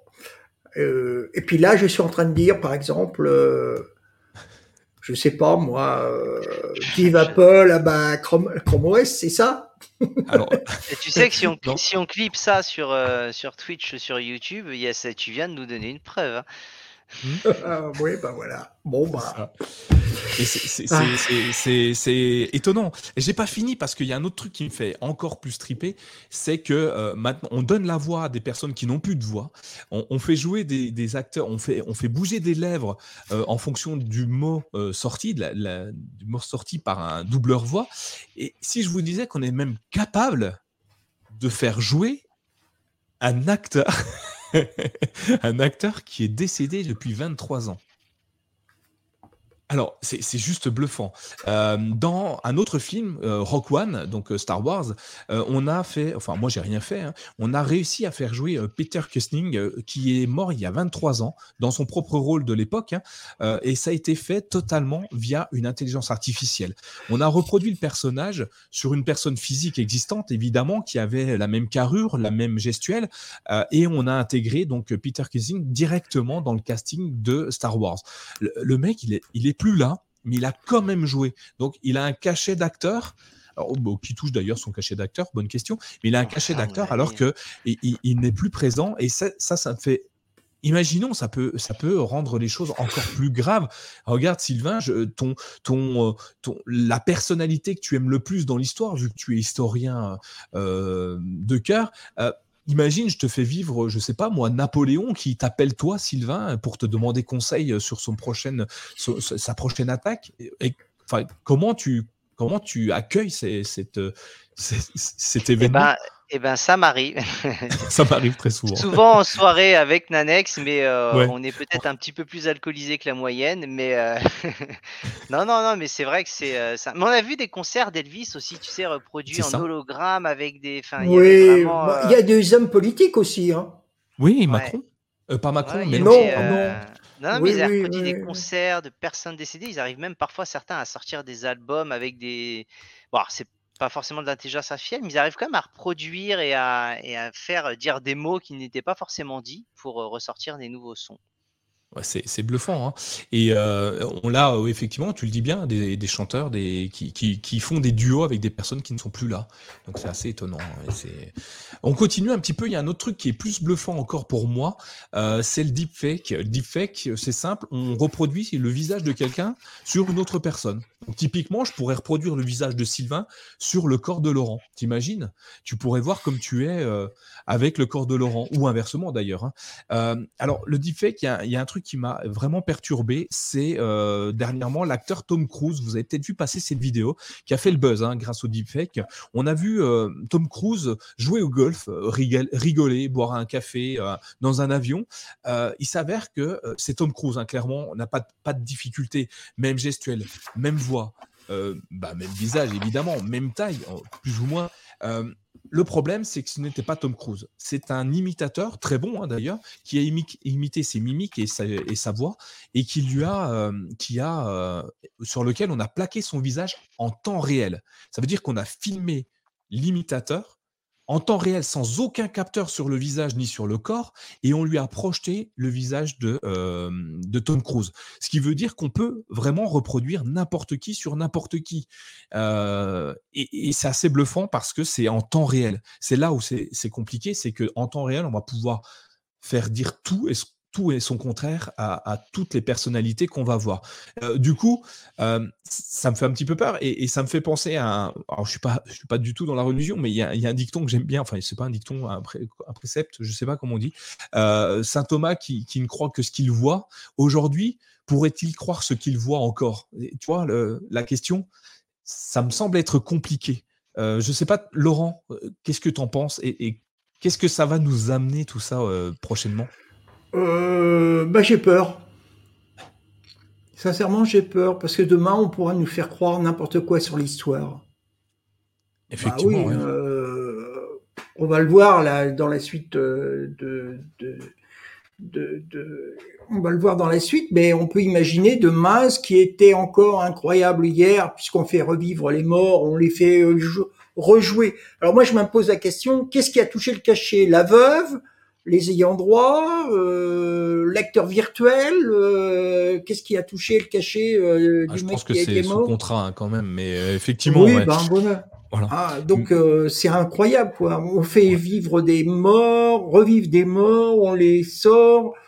Speaker 2: euh, et puis là, je suis en train de dire, par exemple. Euh, je sais pas moi, euh, Vive Apple, ah bah, Chrome, Chrome O S, c'est ça?
Speaker 3: Alors, et tu sais que si on, si on clip ça sur, euh, sur Twitch, sur YouTube, yes, tu viens de nous donner une preuve. Hein.
Speaker 1: Hmm.
Speaker 2: Ah, oui, bah voilà. Bon, bah.
Speaker 1: Et c'est, c'est,
Speaker 2: Ah.
Speaker 1: c'est, c'est, c'est, c'est étonnant. Et j'ai pas fini parce qu'il y a un autre truc qui me fait encore plus triper, c'est que euh, maintenant on donne la voix à des personnes qui n'ont plus de voix. On, on fait jouer des, des acteurs, on fait, on fait bouger des lèvres euh, en fonction du mot euh, sorti, de la, la- du mot sorti par un doubleur voix. Et si je vous disais qu'on est même capable de faire jouer un acteur, un acteur qui est décédé depuis vingt-trois ans. Alors, c'est c'est juste bluffant. Euh, dans un autre film, euh, Rock One, donc euh, Star Wars, euh, on a fait, enfin moi j'ai rien fait, hein, on a réussi à faire jouer euh, Peter Cushing, euh, qui est mort il y a vingt-trois ans, dans son propre rôle de l'époque, hein, euh, et ça a été fait totalement via une intelligence artificielle. On a reproduit le personnage sur une personne physique existante, évidemment, qui avait la même carrure, la même gestuelle, euh, et on a intégré donc Peter Cushing directement dans le casting de Star Wars. Le, le mec, il est, il est plus là, mais il a quand même joué. Donc, il a un cachet d'acteur. Alors, bon, qui touche d'ailleurs son cachet d'acteur, bonne question. Mais il a un cachet d'acteur alors que il, il, il n'est plus présent. Et ça, ça, ça me fait. Imaginons, ça peut, ça peut rendre les choses encore plus graves. Regarde, Sylvain, je, ton, ton, ton, la personnalité que tu aimes le plus dans l'histoire, vu que tu es historien euh, de cœur. Euh, Imagine, je te fais vivre, je sais pas moi, Napoléon qui t'appelle toi, Sylvain, pour te demander conseil sur son prochaine, so, sa prochaine attaque. Et, enfin, comment tu, comment tu accueilles ces, cette, cette, cet événement?
Speaker 3: Eh ben, eh ben, ça m'arrive.
Speaker 1: Ça m'arrive très souvent.
Speaker 3: Souvent en soirée avec Nanex, mais euh,
Speaker 1: Ouais.
Speaker 3: on est peut-être un petit peu plus alcoolisé que la moyenne. Mais euh... non, non, non, mais c'est vrai que c'est euh, ça. Mais on a vu des concerts d'Elvis aussi, tu sais, reproduits
Speaker 1: C'est
Speaker 3: en
Speaker 1: ça.
Speaker 3: hologramme avec des. Enfin, il y
Speaker 2: Oui,
Speaker 3: avait vraiment.
Speaker 2: bah,
Speaker 3: euh,
Speaker 2: il y a des hommes politiques aussi, hein.
Speaker 1: Oui,
Speaker 3: Ouais.
Speaker 1: Macron. Euh, pas Macron,
Speaker 3: Ouais, il y
Speaker 1: Mélenchon.
Speaker 2: Non,
Speaker 3: avait.
Speaker 1: pardon.
Speaker 2: non.
Speaker 3: euh, Non, non, mais
Speaker 2: Oui,
Speaker 3: ils avaient
Speaker 2: oui,
Speaker 3: reproduit des
Speaker 2: oui, oui.
Speaker 3: concerts de personnes décédées. Ils arrivent même parfois certains à sortir des albums avec des. Bon, alors, c'est pas forcément de l'intelligence artificielle, mais ils arrivent quand même à reproduire et à, et à faire dire des mots qui n'étaient pas forcément dits pour euh, ressortir des nouveaux sons.
Speaker 1: Ouais, c'est, c'est bluffant, hein. Et euh, on l'a euh, effectivement, tu le dis bien, des, des chanteurs des, qui, qui, qui font des duos avec des personnes qui ne sont plus là. Donc c'est assez étonnant. Hein, et c'est... On continue un petit peu. Il y a un autre truc qui est plus bluffant encore pour moi, euh, c'est le deepfake. Le deepfake, c'est simple, on reproduit le visage de quelqu'un sur une autre personne. Donc typiquement, je pourrais reproduire le visage de Sylvain sur le corps de Laurent. T'imagines? Tu pourrais voir comme tu es euh, avec le corps de Laurent, ou inversement d'ailleurs. Hein. Euh, alors le deepfake, il y a, il y a un truc qui m'a vraiment perturbé, c'est euh, dernièrement l'acteur Tom Cruise. Vous avez peut-être vu passer cette vidéo qui a fait le buzz hein, grâce au deepfake. On a vu euh, Tom Cruise jouer au golf, euh, rigol- rigoler, boire un café euh, dans un avion. Euh, il s'avère que euh, c'est Tom Cruise, hein, clairement, on n'a pas, pas de difficulté, même gestuelle, même voix, euh, bah, même visage évidemment, même taille, plus ou moins. Euh, le problème, c'est que ce n'était pas Tom Cruise. C'est un imitateur, très bon hein, d'ailleurs, qui a imi- imité ses mimiques et sa, et sa voix, et qui lui a, euh, qui a euh, sur lequel on a plaqué son visage en temps réel. Ça veut dire qu'on a filmé l'imitateur en temps réel, sans aucun capteur sur le visage ni sur le corps, et on lui a projeté le visage de, euh, de Tom Cruise. Ce qui veut dire qu'on peut vraiment reproduire n'importe qui sur n'importe qui. Euh, et, et c'est assez bluffant parce que c'est en temps réel. C'est là où c'est, c'est compliqué, c'est qu'en temps réel, on va pouvoir faire dire tout et tout et son contraire à, à toutes les personnalités qu'on va voir. Euh, du coup, euh, ça me fait un petit peu peur et, et ça me fait penser à. Un, alors, je suis pas, je suis pas du tout dans la religion, mais il y a, il y a un dicton que j'aime bien. Enfin, c'est pas un dicton, un, pré, un précepte, je sais pas comment on dit. Euh, Saint Thomas qui, qui ne croit que ce qu'il voit. Aujourd'hui, pourrait-il croire ce qu'il voit encore? Et, tu vois, le, la question, ça me semble être compliqué. Euh, je sais pas, Laurent, qu'est-ce que tu en penses et, et qu'est-ce que ça va nous amener tout ça euh, prochainement?
Speaker 2: Euh, bah, j'ai peur. Sincèrement, j'ai peur parce que demain, on pourra nous faire croire n'importe quoi sur l'histoire.
Speaker 1: Effectivement,
Speaker 2: bah oui,
Speaker 1: oui.
Speaker 2: Euh, on va le voir là dans la suite de, de, de, de, de, on va le voir dans la suite, mais on peut imaginer demain ce qui était encore incroyable hier, puisqu'on fait revivre les morts, on les fait rejouer. Alors moi, je me pose la question, qu'est-ce qui a touché le cachet? La veuve, les ayants droit, euh, l'acteur virtuel, euh, qu'est-ce qui a touché le cachet euh,
Speaker 1: ah,
Speaker 2: du
Speaker 1: je
Speaker 2: mec
Speaker 1: pense que
Speaker 2: qui a
Speaker 1: c'est
Speaker 2: été
Speaker 1: sous
Speaker 2: mort?
Speaker 1: contrat hein, quand même, mais euh, effectivement,
Speaker 2: oui,
Speaker 1: ouais.
Speaker 2: ben voilà.
Speaker 1: Voilà.
Speaker 2: Ah, donc euh, c'est incroyable quoi. On fait ouais. vivre des morts, revivre des morts, on les sort. Bon,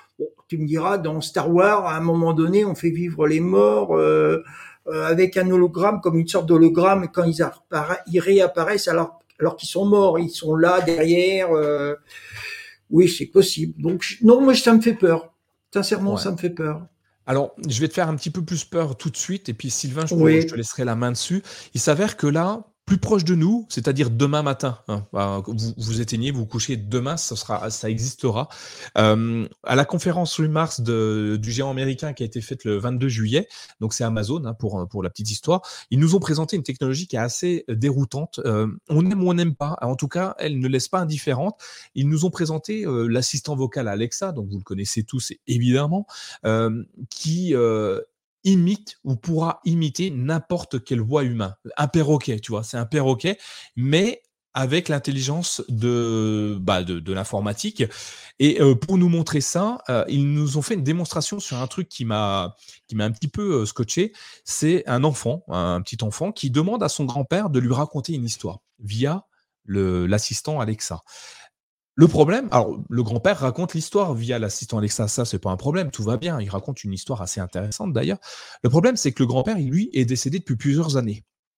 Speaker 2: tu me diras, dans Star Wars, à un moment donné, on fait vivre les morts euh, euh, avec un hologramme, comme une sorte d'hologramme, et quand ils, appara- ils réapparaissent alors, alors qu'ils sont morts, ils sont là, derrière. Euh, oui, c'est possible. Donc, je- non, moi, ça me fait peur. Sincèrement,
Speaker 1: Ouais.
Speaker 2: ça me fait peur.
Speaker 1: Alors, je vais te faire un petit peu plus peur tout de suite, et puis Sylvain, je te,
Speaker 2: Oui.
Speaker 1: je te laisserai la main dessus. Il s'avère que là, plus proche de nous, c'est-à-dire demain matin, hein, bah, vous vous éteignez, vous vous couchez demain, ça sera, ça existera. Euh, à la conférence huit mars de, du géant américain qui a été faite le vingt-deux juillet, donc c'est Amazon hein, pour pour la petite histoire. Ils nous ont présenté une technologie qui est assez déroutante. Euh, on aime ou on n'aime pas. En tout cas, elle ne laisse pas indifférente. Ils nous ont présenté euh, l'assistant vocal Alexa, donc vous le connaissez tous évidemment, euh, qui euh, imite ou pourra imiter n'importe quelle voix humaine. Un perroquet, tu vois, c'est un perroquet, mais avec l'intelligence de, bah, de, de l'informatique. Et euh, pour nous montrer ça, euh, ils nous ont fait une démonstration sur un truc qui m'a, qui m'a un petit peu euh, scotché. C'est un enfant, un petit enfant, qui demande à son grand-père de lui raconter une histoire via le, l'assistant Alexa. Le problème, alors le grand-père raconte l'histoire via l'assistant Alexa, ça c'est pas un problème, tout va bien, il raconte une histoire assez intéressante d'ailleurs. Le problème c'est que le grand-père, lui, est décédé depuis plusieurs années.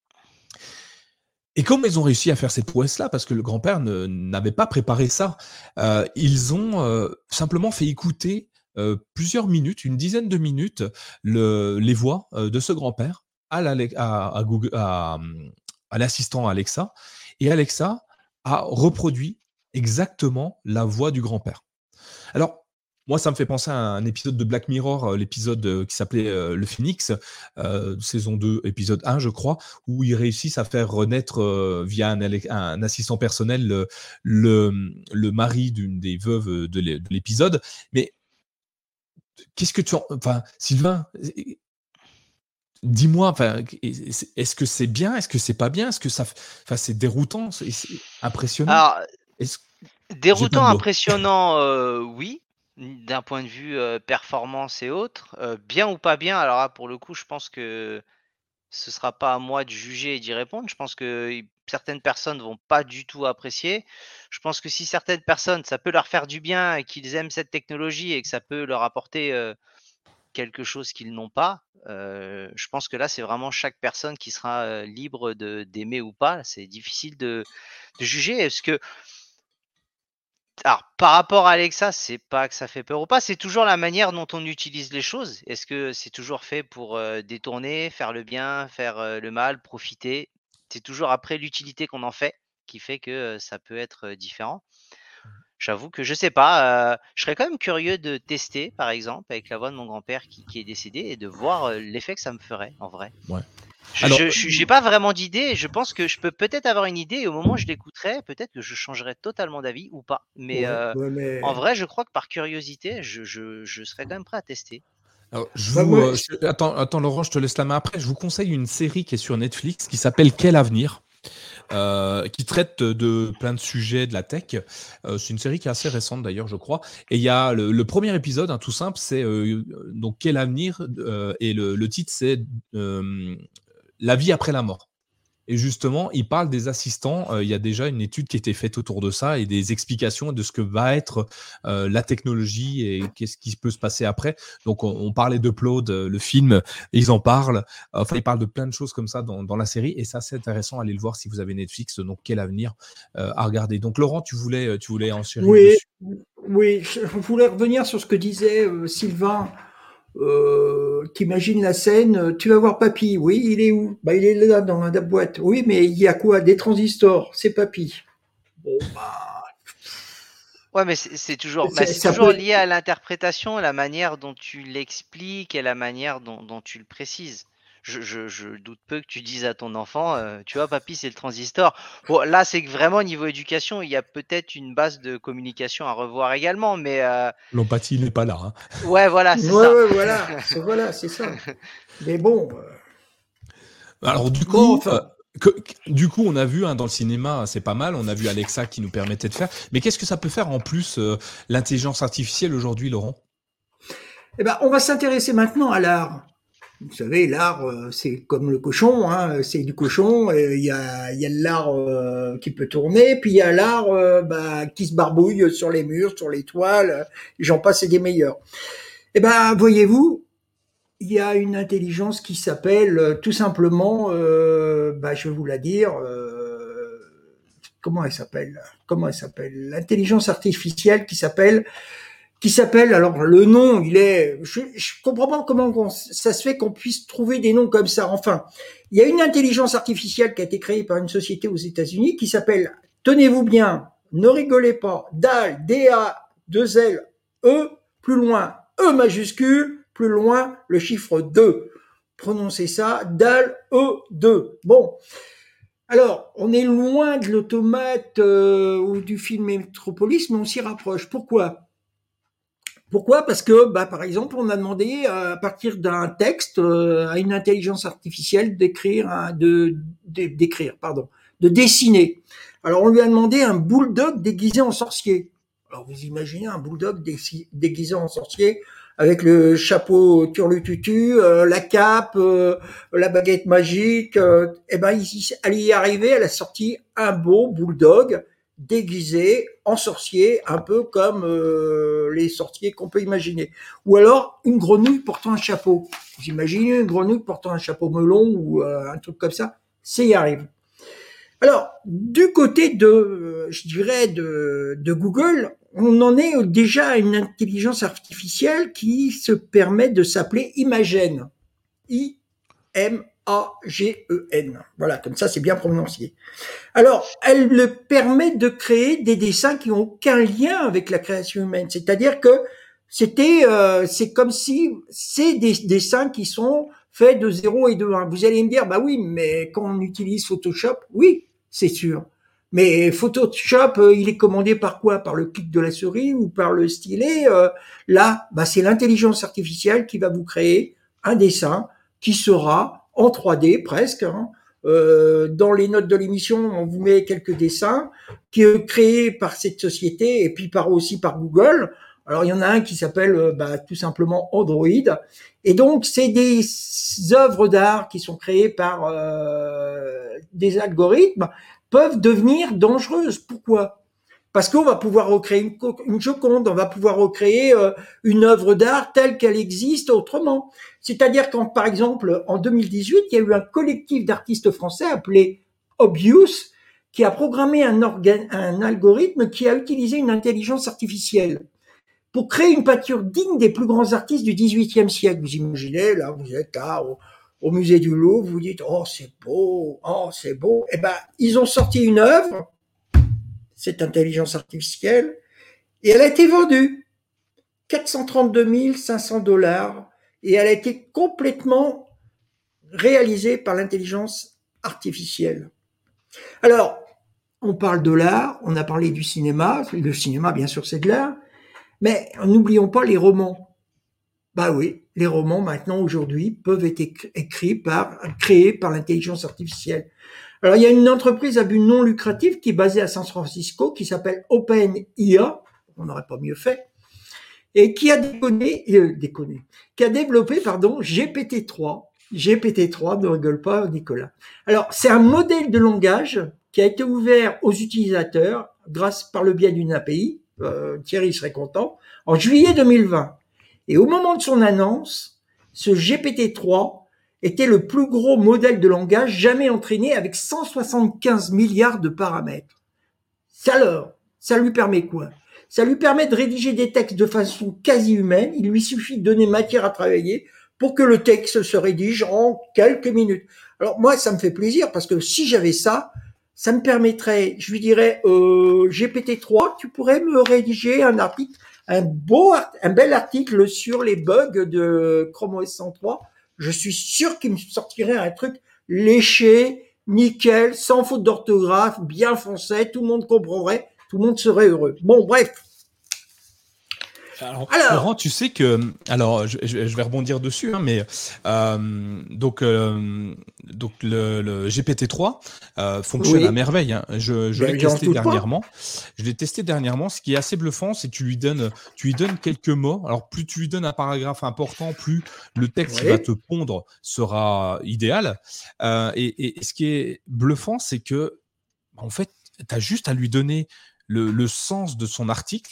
Speaker 1: Et comme ils ont réussi à faire cette prouesse-là, parce que le grand-père ne, n'avait pas préparé ça, euh, ils ont euh, simplement fait écouter euh, plusieurs minutes, une dizaine de minutes, le, les voix euh, de ce grand-père à, la, à, à, Google, à, à l'assistant Alexa, et Alexa a reproduit exactement la voix du grand-père. Alors, moi, ça me fait penser à un épisode de Black Mirror, euh, l'épisode euh, qui s'appelait euh, Le Phoenix, euh, saison deux, épisode un, je crois, où ils réussissent à faire renaître euh, via un, un, assistant personnel le, le, le mari d'une des veuves de l'épisode. Mais qu'est-ce que tu en... Enfin, Sylvain, dis-moi, enfin, est-ce que c'est bien, est-ce que c'est pas bien, est-ce que ça, enfin, c'est déroutant, c'est, c'est impressionnant.
Speaker 3: Alors,
Speaker 1: est-ce...
Speaker 3: déroutant, impressionnant, euh, oui, d'un point de vue euh, performance et autres. Euh, bien ou pas bien, alors là, pour le coup, je pense que ce sera pas à moi de juger et d'y répondre. Je pense que certaines personnes vont pas du tout apprécier. Je pense que si certaines personnes, ça peut leur faire du bien et qu'ils aiment cette technologie et que ça peut leur apporter euh, quelque chose qu'ils n'ont pas, euh, je pense que là, c'est vraiment chaque personne qui sera euh, libre de d'aimer ou pas. C'est difficile de, de juger. Est-ce que alors, par rapport à Alexa, c'est pas que ça fait peur ou pas, c'est toujours la manière dont on utilise les choses. Est-ce que c'est toujours fait pour euh, détourner, faire le bien, faire euh, le mal, profiter? C'est toujours après l'utilité qu'on en fait qui fait que euh, ça peut être euh, différent. J'avoue que je sais pas, euh, je serais quand même curieux de tester, par exemple, avec la voix de mon grand-père qui, qui est décédé et de voir euh, l'effet que ça me ferait en vrai.
Speaker 1: Ouais.
Speaker 3: Je
Speaker 1: Alors,
Speaker 3: je j'ai pas vraiment d'idée. Je pense que je peux peut-être avoir une idée et au moment où je l'écouterai, peut-être que je changerai totalement d'avis ou pas. Mais,
Speaker 2: Ouais,
Speaker 3: euh,
Speaker 2: ouais, mais...
Speaker 3: en vrai, je crois que par curiosité, je, je, je serais quand même prêt à tester.
Speaker 1: Alors, je
Speaker 2: Bah,
Speaker 1: vous,
Speaker 2: moi,
Speaker 1: euh, je- attends, attends, Laurent, je te laisse la main après. Je vous conseille une série qui est sur Netflix qui s'appelle Quel avenir, euh, qui traite de plein de sujets de la tech. Euh, c'est une série qui est assez récente d'ailleurs, je crois. Et il y a le, le premier épisode, hein, tout simple, c'est euh, donc Quel avenir, euh, et le, le titre c'est euh, La vie après la mort. Et justement, il parle des assistants. Euh, il y a déjà une étude qui a été faite autour de ça et des explications de ce que va être euh, la technologie et qu'est-ce qui peut se passer après. Donc, on, on parlait d'Upload, euh, le film, ils en parlent. Enfin, ils parlent de plein de choses comme ça dans, dans la série. Et ça, c'est intéressant. Allez le voir si vous avez Netflix. Donc, quel avenir euh, à regarder. Donc, Laurent, tu voulais, tu voulais enchérir
Speaker 2: oui,
Speaker 1: dessus.
Speaker 2: oui, je voulais revenir sur ce que disait euh, Sylvain. Euh, t'imagines la scène, tu vas voir papy, oui, il est où? Bah, il est là dans la boîte. Oui, mais il y a quoi? Des transistors, c'est papy. Bon, bah,
Speaker 3: Ouais, mais c'est c'est toujours, bah,
Speaker 2: c'est-
Speaker 3: c'est
Speaker 2: ça
Speaker 3: toujours
Speaker 2: peut,
Speaker 3: lié à l'interprétation, la manière dont tu l'expliques et la manière dont, dont tu le précises. Je, je, je doute peu que tu dises à ton enfant, euh, tu vois, papy, c'est le transistor. Bon, là, c'est que vraiment, niveau éducation, il y a peut-être une base de communication à revoir également, mais euh,
Speaker 1: L'empathie, il n'est pas là. Hein.
Speaker 3: ouais, voilà, c'est
Speaker 2: ouais,
Speaker 3: ça.
Speaker 2: ouais, voilà, c'est voilà, c'est ça. Mais bon, euh,
Speaker 1: Alors, du
Speaker 2: bon,
Speaker 1: coup, euh,
Speaker 2: enfin,
Speaker 1: que, du coup, on a vu hein, dans le cinéma, c'est pas mal. On a vu Alexa qui nous permettait de faire. Mais qu'est-ce que ça peut faire en plus euh, l'intelligence artificielle aujourd'hui, Laurent?
Speaker 2: eh ben, on va s'intéresser maintenant à l'art. Vous savez, l'art, euh, c'est comme le cochon, hein, c'est du cochon. Il y a, il y a l'art euh, qui peut tourner, puis il y a l'art euh, bah, qui se barbouille sur les murs, sur les toiles. J'en passe, c'est des meilleurs. Eh ben, voyez-vous, il y a une intelligence qui s'appelle euh, tout simplement, euh, bah, je vais vous la dire, euh, comment elle s'appelle Comment elle s'appelle L'intelligence artificielle qui s'appelle, qui s'appelle, alors le nom, il est, je, je comprends pas comment on, ça se fait qu'on puisse trouver des noms comme ça. Enfin, il y a une intelligence artificielle qui a été créée par une société aux États-Unis qui s'appelle, tenez-vous bien, ne rigolez pas, D A L, D A deux L E, plus loin, E majuscule, plus loin, le chiffre deux. Prononcez ça, D A L E deux. Bon. Alors, on est loin de l'automate euh, ou du film Metropolis, mais on s'y rapproche. Pourquoi Pourquoi Parce que, bah, par exemple, on a demandé euh, à partir d'un texte euh, à une intelligence artificielle d'écrire, un, de, de d'écrire, pardon, de dessiner. Alors, on lui a demandé un bulldog déguisé en sorcier. Alors, vous imaginez un bulldog déguisé en sorcier avec le chapeau turlututu, euh, la cape, euh, la baguette magique. Euh, eh ben, elle y est arrivée, elle a sorti un beau bulldog déguisé en sorcier, un peu comme euh, les sorciers qu'on peut imaginer. Ou alors une grenouille portant un chapeau. Vous imaginez une grenouille portant un chapeau melon ou euh, un truc comme ça, c'est y arrive. Alors, du côté de, euh, je dirais, de, de Google, on en est déjà à une intelligence artificielle qui se permet de s'appeler Imagen. I M A G E N. Voilà, comme ça, c'est bien prononcé. Alors, elle le permet de créer des dessins qui n'ont aucun lien avec la création humaine. C'est-à-dire que c'était, euh, c'est comme si c'est des dessins qui sont faits de zéro et de un. Vous allez me dire, bah oui, mais quand on utilise Photoshop, oui, c'est sûr. Mais Photoshop, euh, il est commandé par quoi? Par le clic de la souris ou par le stylet? euh, Là, bah, c'est l'intelligence artificielle qui va vous créer un dessin qui sera en trois D presque. Hein. Euh, dans les notes de l'émission, on vous met quelques dessins qui sont créés par cette société et puis par aussi par Google. Alors il y en a un qui s'appelle euh, bah, tout simplement Android. Et donc c'est des œuvres d'art qui sont créées par euh, des algorithmes peuvent devenir dangereuses. Pourquoi? Parce qu'on va pouvoir recréer une, une Joconde, on va pouvoir recréer euh, une œuvre d'art telle qu'elle existe autrement. C'est-à-dire quand, par exemple, en deux mille dix-huit, il y a eu un collectif d'artistes français appelé Obvious qui a programmé un, organe, un algorithme qui a utilisé une intelligence artificielle pour créer une peinture digne des plus grands artistes du dix-huitième siècle. Vous imaginez, là, vous êtes là au, au musée du Louvre, vous dites « Oh, c'est beau, oh, c'est beau ». Eh ben, ils ont sorti une œuvre, cette intelligence artificielle, et elle a été vendue quatre cent trente-deux mille cinq cents dollars, et elle a été complètement réalisée par l'intelligence artificielle. Alors, on parle de l'art, on a parlé du cinéma, le cinéma, bien sûr, c'est de l'art, mais n'oublions pas les romans. Bah oui, les romans, maintenant, aujourd'hui, peuvent être écrits par, créés par l'intelligence artificielle. Alors, il y a une entreprise à but non lucratif qui est basée à San Francisco, qui s'appelle OpenIA, on n'aurait pas mieux fait, et qui a déconné, euh, déconné, qui a développé, pardon, G P T trois. G P T trois, ne rigole pas, Nicolas. Alors, c'est un modèle de langage qui a été ouvert aux utilisateurs grâce par le biais d'une A P I, euh, Thierry serait content, en juillet deux mille vingt. Et au moment de son annonce, ce G P T trois était le plus gros modèle de langage jamais entraîné avec cent soixante-quinze milliards de paramètres. Ça alors, ça lui permet quoi? Ça lui permet de rédiger des textes de façon quasi humaine. Il lui suffit de donner matière à travailler pour que le texte se rédige en quelques minutes. Alors moi, ça me fait plaisir parce que si j'avais ça, ça me permettrait, je lui dirais, euh, G P T trois, tu pourrais me rédiger un article, un beau, un bel article sur les bugs de Chrome O S cent trois. Je suis sûr qu'il me sortirait un truc léché, nickel, sans faute d'orthographe, bien foncé, tout le monde comprendrait, tout le monde serait heureux. Bon, bref.
Speaker 1: Alors, alors, Laurent, tu sais que, alors, je, je vais rebondir dessus, hein, mais euh, donc, euh, donc le, le G P T trois euh, fonctionne oui. à merveille. Hein. Je, je l'ai testé dernièrement. Pas. Je l'ai testé dernièrement. Ce qui est assez bluffant, c'est que tu lui donnes, tu lui donnes quelques mots. Alors, plus tu lui donnes un paragraphe important, plus le texte oui. qui va te pondre sera idéal. Euh, et, et, et ce qui est bluffant, c'est que, en fait, tu as juste à lui donner le, le sens de son article.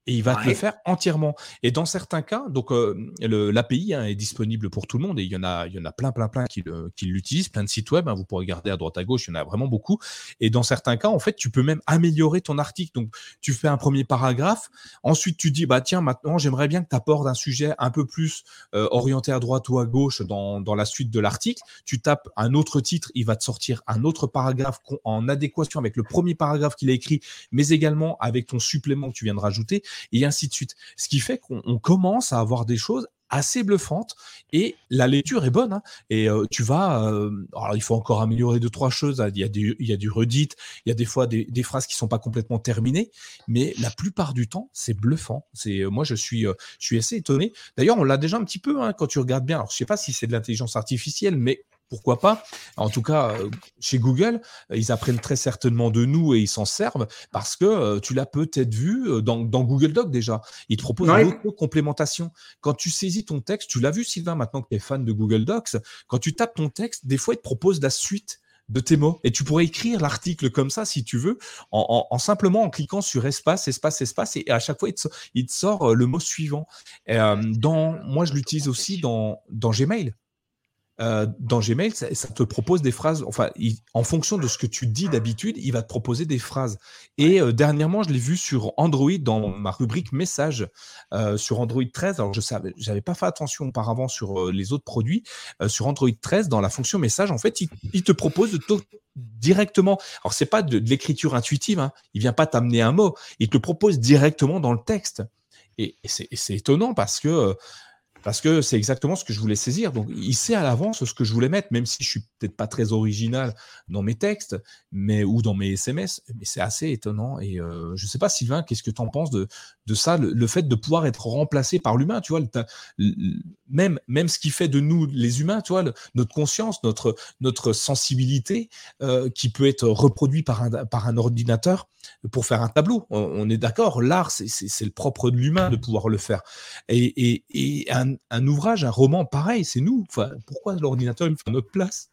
Speaker 1: Et il va te le
Speaker 2: Ouais.
Speaker 1: faire entièrement. Et dans certains cas, donc euh, le- l'A P I hein, est disponible pour tout le monde et il y en a, il y en a plein, plein, plein qui, le- qui l'utilisent, plein de sites web. Hein, vous pourrez regarder à droite à gauche, il y en a vraiment beaucoup. Et dans certains cas, en fait, tu peux même améliorer ton article. Donc, tu fais un premier paragraphe. Ensuite, tu dis, bah tiens, maintenant, j'aimerais bien que tu abordes un sujet un peu plus euh, orienté à droite ou à gauche dans, dans la suite de l'article. Tu tapes un autre titre, il va te sortir un autre paragraphe en adéquation avec le premier paragraphe qu'il a écrit, mais également avec ton supplément que tu viens de rajouter. Et ainsi de suite. Ce qui fait qu'on on commence à avoir des choses assez bluffantes et la lecture est bonne. Hein. Et euh, tu vas, euh, alors il faut encore améliorer deux trois choses. Hein. Il y a du, il y a du redit, il y a des fois des, des phrases qui sont pas complètement terminées, mais la plupart du temps c'est bluffant. C'est euh, moi je suis, euh, je suis assez étonné. D'ailleurs on l'a déjà un petit peu hein, quand tu regardes bien. Alors je sais pas si c'est de l'intelligence artificielle, mais pourquoi pas. En tout cas, euh, chez Google, ils apprennent très certainement de nous et ils s'en servent parce que euh, tu l'as peut-être vu euh, dans, dans Google Doc déjà. Ils te proposent
Speaker 2: Ouais.
Speaker 1: l'auto-complémentation. Quand tu saisis ton texte, tu l'as vu Sylvain, maintenant que tu es fan de Google Docs, quand tu tapes ton texte, des fois, ils te proposent la suite de tes mots. Et tu pourrais écrire l'article comme ça, si tu veux, en, en, en simplement en cliquant sur espace, espace, espace, et à chaque fois, il te, il te sort euh, le mot suivant. Et, euh,
Speaker 3: Ouais, c'est
Speaker 1: dans,
Speaker 3: le-
Speaker 1: moi, je l'utilise aussi
Speaker 3: l'autocomplétion.
Speaker 1: dans, dans Gmail. Euh, dans Gmail, ça, ça te propose des phrases, enfin, il, en fonction de ce que tu dis d'habitude, il va te proposer des phrases. Et euh, dernièrement, je l'ai vu sur Android dans ma rubrique messages euh, sur Android treize. Alors, je savais, j'avais pas fait attention auparavant sur euh, les autres produits. Euh, sur Android treize, dans la fonction message, en fait, il, il te propose de to- directement. Alors, c'est pas de, de l'écriture intuitive. Hein, il vient pas t'amener un mot. Il te le propose directement dans le texte. Et, et c'est, et c'est étonnant parce que euh, parce que c'est exactement ce que je voulais saisir. Donc, il sait à l'avance ce que je voulais mettre, même si je suis peut-être pas très original dans mes textes, mais ou dans mes S M S. Mais c'est assez étonnant. Et euh, je sais pas, Sylvain, qu'est-ce que tu en penses de, de ça, le, le fait de pouvoir être remplacé par l'humain, tu vois, le, le, même même ce qui fait de nous les humains, tu vois, le, notre conscience, notre notre sensibilité, euh, qui peut être reproduit par un par un ordinateur pour faire un tableau. On, on est d'accord, l'art, c'est, c'est, c'est le propre de l'humain de pouvoir le faire. Et, et, et un, un ouvrage, un roman, pareil, c'est nous. Enfin, pourquoi l'ordinateur il fait notre place?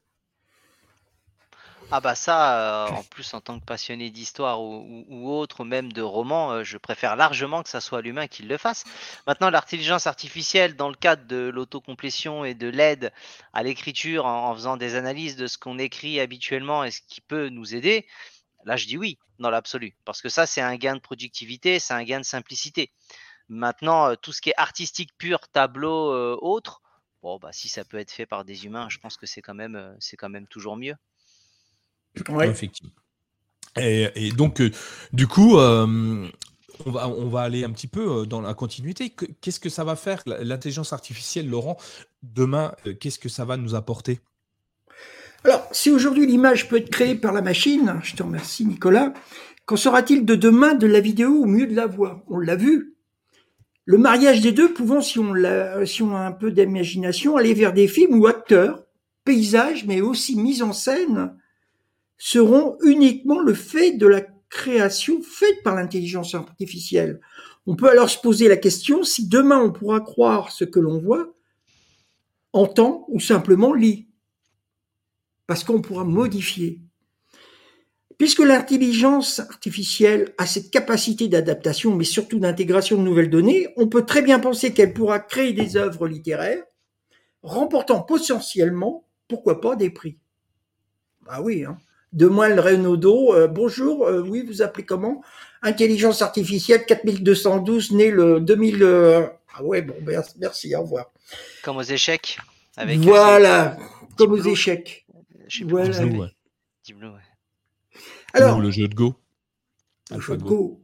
Speaker 3: Ah bah ça, euh, en plus en tant que passionné d'histoire ou, ou- ou autre, ou même de roman, euh, je préfère largement que ça soit l'humain qui le fasse. Maintenant, l'intelligence artificielle, dans le cadre de l'autocomplétion et de l'aide à l'écriture en, en faisant des analyses de ce qu'on écrit habituellement et ce qui peut nous aider, là je dis oui, dans l'absolu. Parce que ça, c'est un gain de productivité, c'est un gain de simplicité. Maintenant, euh, tout ce qui est artistique pur, tableau, euh, autre, bon bah si ça peut être fait par des humains, je pense que c'est quand même, euh, c'est quand même toujours mieux.
Speaker 2: Ouais.
Speaker 1: Effectivement. Et, et donc, euh, du coup, euh, on va, on va aller un petit peu euh, dans la continuité. Que- Qu'est-ce que ça va faire, la- l'intelligence artificielle, Laurent, demain, euh, qu'est-ce que ça va nous apporter?
Speaker 2: Alors, si aujourd'hui l'image peut être créée par la machine, je te remercie Nicolas, qu'en sera-t-il de demain de la vidéo ou mieux de la voix? On l'a vu. Le mariage des deux pouvant, si on, l'a, si on a un peu d'imagination, aller vers des films où acteurs, paysages, mais aussi mise en scène, seront uniquement le fait de la création faite par l'intelligence artificielle. On peut alors se poser la question si demain on pourra croire ce que l'on voit, entend ou simplement lit, parce qu'on pourra modifier. Puisque l'intelligence artificielle a cette capacité d'adaptation, mais surtout d'intégration de nouvelles données, on peut très bien penser qu'elle pourra créer des œuvres littéraires, remportant potentiellement, pourquoi pas, des prix. Ah oui, hein. Demoiselle Renaudot, euh, bonjour, euh, oui, vous appelez comment? Intelligence artificielle quatre mille deux cent douze, né le deux mille... euh, Ah ouais, bon, merci, au revoir.
Speaker 3: Comme aux échecs, avec euh, c'est
Speaker 2: Voilà,
Speaker 3: Deep
Speaker 2: comme aux
Speaker 3: Blue, je,
Speaker 2: échecs.
Speaker 3: je sais plus comment
Speaker 1: Deep
Speaker 3: ça
Speaker 2: Voilà.
Speaker 1: Blue,
Speaker 3: s'appelle.
Speaker 1: ouais.
Speaker 3: Deep Blue, ouais.
Speaker 1: Ou le
Speaker 2: Alors,
Speaker 1: jeu de Go,
Speaker 2: le jeu de
Speaker 1: AlphaGo.
Speaker 2: Go.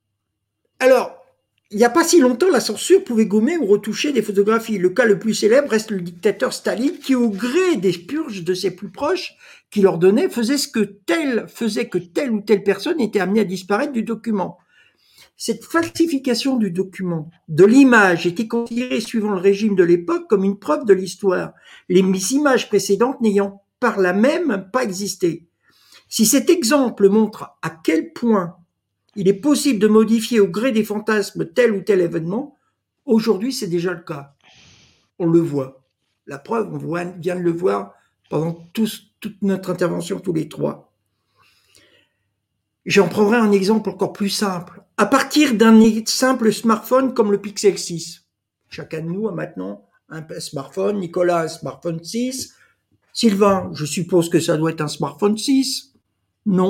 Speaker 2: Alors, il n'y a pas si longtemps, la censure pouvait gommer ou retoucher des photographies. Le cas le plus célèbre reste le dictateur Staline qui, au gré des purges de ses plus proches, qui leur donnait, faisait ce que telle, faisait que telle ou telle personne était amenée à disparaître du document. Cette falsification du document, de l'image, était considérée, suivant le régime de l'époque, comme une preuve de l'histoire, les images précédentes n'ayant par là même pas existé. Si cet exemple montre à quel point il est possible de modifier au gré des fantasmes tel ou tel événement, aujourd'hui c'est déjà le cas. On le voit. La preuve, on vient de le voir pendant tous, toute notre intervention tous les trois. J'en prendrai un exemple encore plus simple. À partir d'un simple smartphone comme le Pixel six, chacun de nous a maintenant un smartphone. Nicolas, un smartphone six. Sylvain, je suppose que ça doit être un smartphone six. Non.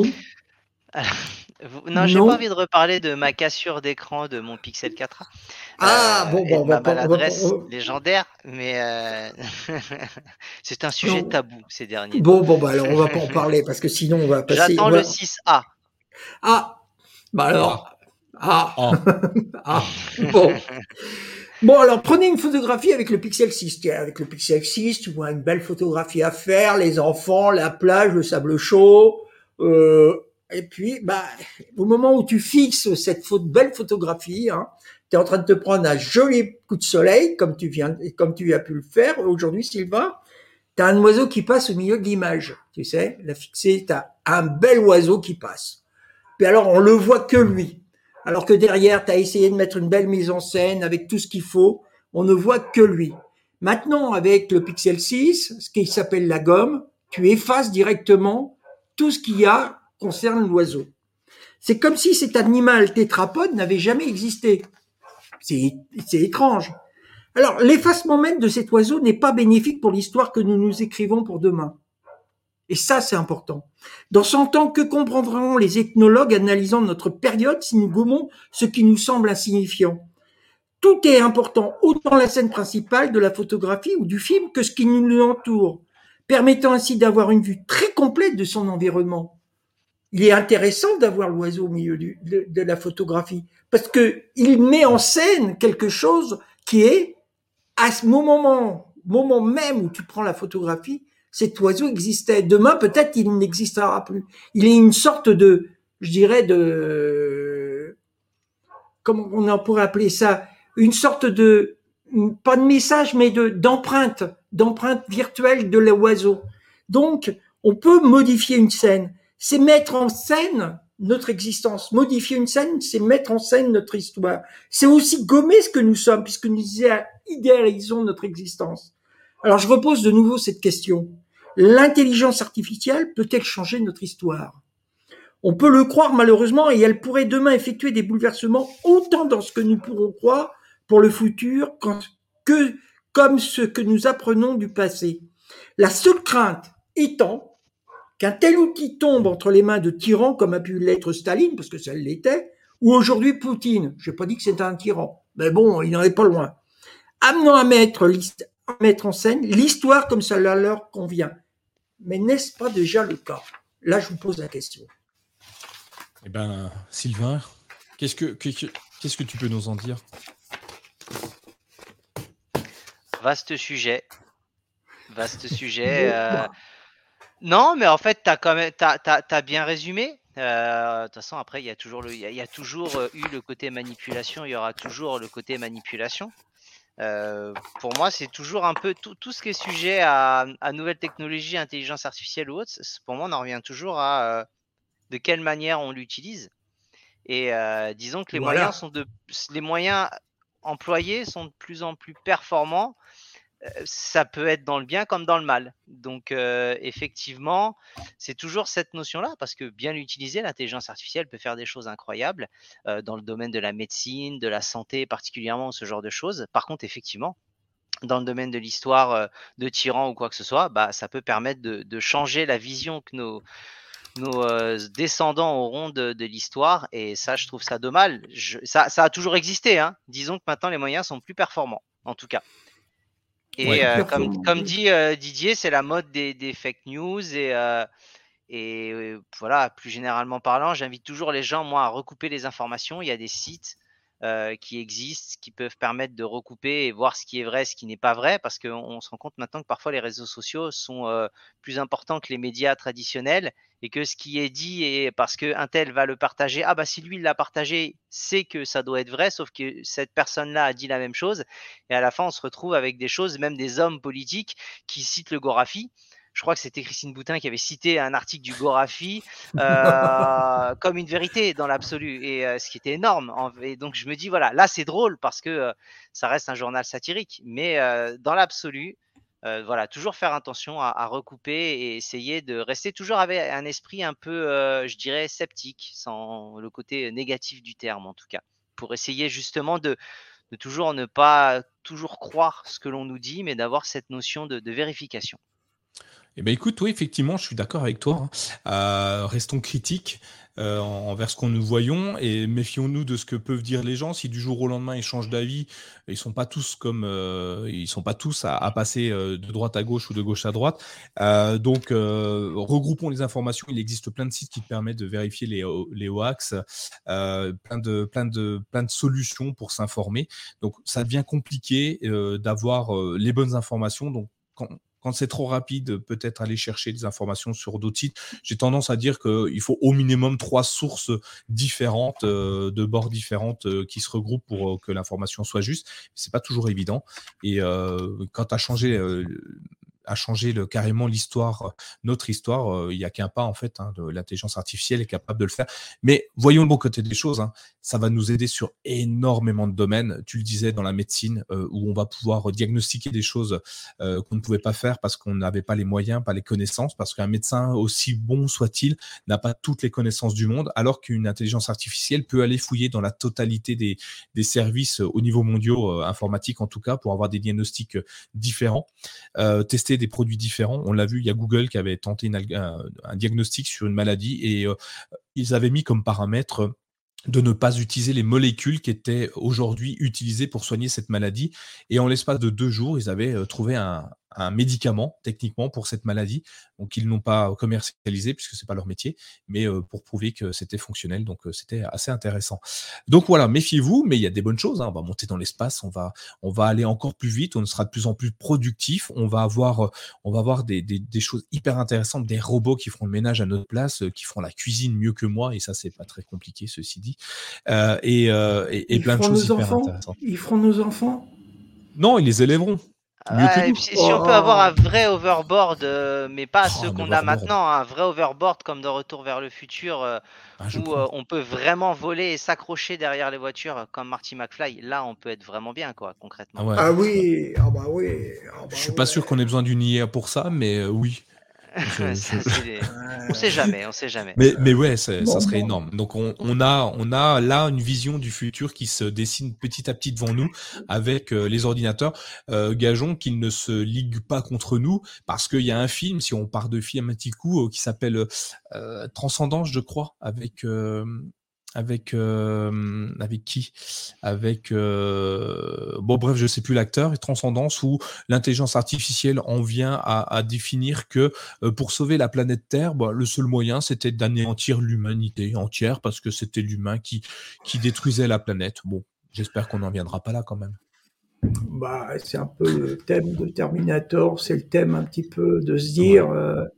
Speaker 3: Vous- Non, j'ai
Speaker 2: Non.
Speaker 3: pas envie de reparler de ma cassure d'écran de mon Pixel quatre A.
Speaker 2: Ah,
Speaker 3: euh,
Speaker 2: bon,
Speaker 3: et
Speaker 2: bon,
Speaker 3: de
Speaker 2: on va
Speaker 3: ma
Speaker 2: pas, on va pas-
Speaker 3: maladresse
Speaker 2: on va-
Speaker 3: légendaire, mais euh, c'est un sujet
Speaker 2: non.
Speaker 3: tabou ces derniers temps.
Speaker 2: Bon, bon, bah alors on va pas en parler parce que sinon on va passer.
Speaker 3: J'attends
Speaker 2: on
Speaker 3: le
Speaker 2: va-
Speaker 3: six A.
Speaker 2: Ah, bah alors, ah,
Speaker 1: Ah,
Speaker 2: ah, bon. Bon, alors prenez une photographie avec le Pixel six. Tiens, avec le Pixel six, tu vois une belle photographie à faire, les enfants, la plage, le sable chaud. Euh, et puis, bah, au moment où tu fixes cette photo, belle photographie, hein, tu es en train de te prendre un joli coup de soleil, comme tu viens, comme tu as pu le faire aujourd'hui, Sylvain. Tu as un oiseau qui passe au milieu de l'image, tu sais, la fixée, tu as un bel oiseau qui passe. Puis alors, on le voit que lui. Alors que derrière, tu as essayé de mettre une belle mise en scène avec tout ce qu'il faut. On ne voit que lui. Maintenant, avec le Pixel six, ce qui s'appelle la gomme, tu effaces directement tout ce qu'il y a concerne l'oiseau. C'est comme si cet animal tétrapode n'avait jamais existé. C'est, c'est étrange. Alors, l'effacement même de cet oiseau n'est pas bénéfique pour l'histoire que nous nous écrivons pour demain. Et ça, c'est important. Dans cent ans, que comprendront les ethnologues analysant notre période si nous gommons ce qui nous semble insignifiant? Tout est important, autant la scène principale de la photographie ou du film que ce qui nous entoure, permettant ainsi d'avoir une vue très complète de son environnement. Il est intéressant d'avoir l'oiseau au milieu du, de, de la photographie parce que il met en scène quelque chose qui est à ce moment, moment même où tu prends la photographie, cet oiseau existait. Demain, peut-être, il n'existera plus. Il est une sorte de, je dirais, de, comment on en pourrait appeler ça, une sorte de, pas de message, mais de d'empreinte, d'empreinte virtuelle de l'oiseau. Donc, on peut modifier une scène. C'est mettre en scène notre existence. Modifier une scène, c'est mettre en scène notre histoire. C'est aussi gommer ce que nous sommes, puisque nous idéalisons notre existence. Alors, je repose de nouveau cette question. L'intelligence artificielle peut-elle changer notre histoire? On peut le croire malheureusement et elle pourrait demain effectuer des bouleversements autant dans ce que nous pourrons croire pour le futur que comme ce que nous apprenons du passé. La seule crainte étant qu'un tel outil tombe entre les mains de tyrans comme a pu l'être Staline, parce que ça l'était, ou aujourd'hui Poutine. Je n'ai pas dit que c'était un tyran, mais bon, il n'en est pas loin. Amenant à mettre, à mettre en scène l'histoire comme ça leur convient. Mais n'est-ce pas déjà le cas? Là, je vous pose la question.
Speaker 1: Eh ben, Sylvain, qu'est-ce que, qu'est-ce que tu peux nous en dire?
Speaker 3: Vaste sujet. Vaste sujet. Euh... Non, mais en fait, tu as quand même, t'as, t'as, t'as bien résumé. Euh, de toute façon, après, il y a toujours le, il y a, y a toujours eu le côté manipulation. Il y aura toujours le côté manipulation. Euh, pour moi, c'est toujours un peu tout, tout ce qui est sujet à, à nouvelles technologies, intelligence artificielle ou autre. Pour moi, on en revient toujours à euh, de quelle manière on l'utilise. Et euh, disons que les voilà. moyens sont de, les moyens employés sont de plus en plus performants. Ça peut être dans le bien comme dans le mal. Donc, euh, effectivement, c'est toujours cette notion-là, parce que bien l'utiliser, l'intelligence artificielle peut faire des choses incroyables euh, dans le domaine de la médecine, de la santé particulièrement, ce genre de choses. Par contre, effectivement, dans le domaine de l'histoire euh, de tyrans ou quoi que ce soit, bah, ça peut permettre de, de changer la vision que nos, nos euh, descendants auront de, de l'histoire. Et ça, je trouve ça dommage. Je, ça, ça a toujours existé. Hein. Disons que maintenant, les moyens sont plus performants, en tout cas. Et ouais, euh, comme, comme dit euh, Didier, c'est la mode des, des fake news et, euh, et euh, voilà, plus généralement parlant, j'invite toujours les gens, moi, à recouper les informations. Il y a des sites euh, qui existent, qui peuvent permettre de recouper et voir ce qui est vrai, ce qui n'est pas vrai, parce qu'on on se rend compte maintenant que parfois les réseaux sociaux sont euh, plus importants que les médias traditionnels et que ce qui est dit, et parce qu'un tel va le partager, ah bah si lui il l'a partagé, c'est que ça doit être vrai, sauf que cette personne-là a dit la même chose, et à la fin on se retrouve avec des choses, même des hommes politiques qui citent le Gorafi. Je crois que c'était Christine Boutin qui avait cité un article du Gorafi euh, comme une vérité dans l'absolu, et euh, ce qui était énorme. Et donc je me dis, voilà, là c'est drôle parce que euh, ça reste un journal satirique, mais euh, dans l'absolu, Euh, voilà, toujours faire attention à, à recouper et essayer de rester toujours avec un esprit un peu, euh, je dirais, sceptique, sans le côté négatif du terme en tout cas, pour essayer justement de, de toujours ne pas toujours croire ce que l'on nous dit, mais d'avoir cette notion de, de vérification.
Speaker 1: Eh ben écoute, oui, effectivement, je suis d'accord avec toi, hein. Euh, restons critiques euh, envers ce qu'on nous voyons et méfions-nous de ce que peuvent dire les gens. Si du jour au lendemain ils changent d'avis, ils sont pas tous comme euh, ils sont pas tous à, à passer euh, de droite à gauche ou de gauche à droite. Euh, donc euh, regroupons les informations. Il existe plein de sites qui te permettent de vérifier les les hoax, euh, plein de plein de plein de solutions pour s'informer. Donc ça devient compliqué euh, d'avoir euh, les bonnes informations. Donc quand quand c'est trop rapide, peut-être aller chercher des informations sur d'autres sites. J'ai tendance à dire qu'il faut au minimum trois sources différentes, euh, de bords différentes, euh, qui se regroupent pour euh, que l'information soit juste. C'est pas toujours évident. Et euh, quand tu as changé euh, a changé le, carrément l'histoire, notre histoire. Euh, il n'y a qu'un pas en fait. Hein, de l'intelligence artificielle est capable de le faire. Mais voyons le bon côté des choses. Hein, ça va nous aider sur énormément de domaines. Tu le disais dans la médecine, euh, où on va pouvoir diagnostiquer des choses euh, qu'on ne pouvait pas faire parce qu'on n'avait pas les moyens, pas les connaissances. Parce qu'un médecin, aussi bon soit-il, n'a pas toutes les connaissances du monde, alors qu'une intelligence artificielle peut aller fouiller dans la totalité des, des services au niveau mondial, euh, informatique en tout cas, pour avoir des diagnostics différents, euh, tester des produits différents. On l'a vu, il y a Google qui avait tenté une, un, un diagnostic sur une maladie et euh, ils avaient mis comme paramètre de ne pas utiliser les molécules qui étaient aujourd'hui utilisées pour soigner cette maladie. Et en l'espace de deux jours, ils avaient trouvé un, un médicament, techniquement, pour cette maladie. Donc, ils n'ont pas commercialisé, puisque c'est pas leur métier, mais euh, pour prouver que c'était fonctionnel. Donc, euh, c'était assez intéressant. Donc, voilà, méfiez-vous, mais il y a des bonnes choses. Hein. On va monter dans l'espace, on va, on va aller encore plus vite, on sera de plus en plus productif, on va avoir, on va avoir des, des, des choses hyper intéressantes, des robots qui feront le ménage à notre place, qui feront la cuisine mieux que moi, et ça, c'est pas très compliqué, ceci dit. Euh, et, euh, et, et plein de choses hyper
Speaker 2: enfants
Speaker 1: intéressantes.
Speaker 2: Ils feront nos enfants
Speaker 1: Non, ils les élèveront. Mieux que
Speaker 3: Ouais, et
Speaker 1: nous.
Speaker 3: puis, si on peut avoir un vrai overboard, euh, mais pas
Speaker 1: Oh,
Speaker 3: ceux
Speaker 1: un
Speaker 3: qu'on a
Speaker 1: overboard.
Speaker 3: maintenant, un vrai overboard comme dans Retour vers le futur, euh,
Speaker 1: Ah, je
Speaker 3: où
Speaker 1: prends.
Speaker 3: euh, on peut vraiment voler et s'accrocher derrière les voitures comme Marty McFly. Là, on peut être vraiment bien, quoi, concrètement.
Speaker 1: Ah ouais.
Speaker 2: Ah oui, ah bah oui. Ah bah
Speaker 1: Je suis
Speaker 2: ouais.
Speaker 1: pas sûr qu'on ait besoin d'une I A pour ça, mais euh, oui. Je-
Speaker 3: Ça,
Speaker 1: je-
Speaker 3: c'est des- On sait jamais, on sait jamais.
Speaker 1: Mais, mais ouais, c'est- ça
Speaker 2: Bon,
Speaker 1: serait
Speaker 2: bon.
Speaker 1: énorme. Donc on, on a, on a là une vision du futur qui se dessine petit à petit devant nous avec euh, les ordinateurs. Euh, gageons qu'ils ne se liguent pas contre nous parce qu'il y a un film, si on part de film un petit coup, euh, qui s'appelle euh, Transcendance, je crois, avec euh, avec euh, avec qui avec euh, bon bref, je sais plus l'acteur, et Transcendance, où l'intelligence artificielle en vient à, à définir que euh, pour sauver la planète Terre, bah, le seul moyen c'était d'anéantir l'humanité entière parce que c'était l'humain qui qui détruisait la planète. Bon, j'espère qu'on n'en viendra pas là quand même.
Speaker 2: Bah, c'est un peu le thème de Terminator, c'est le thème un petit peu de se dire,
Speaker 1: Ouais.
Speaker 2: euh,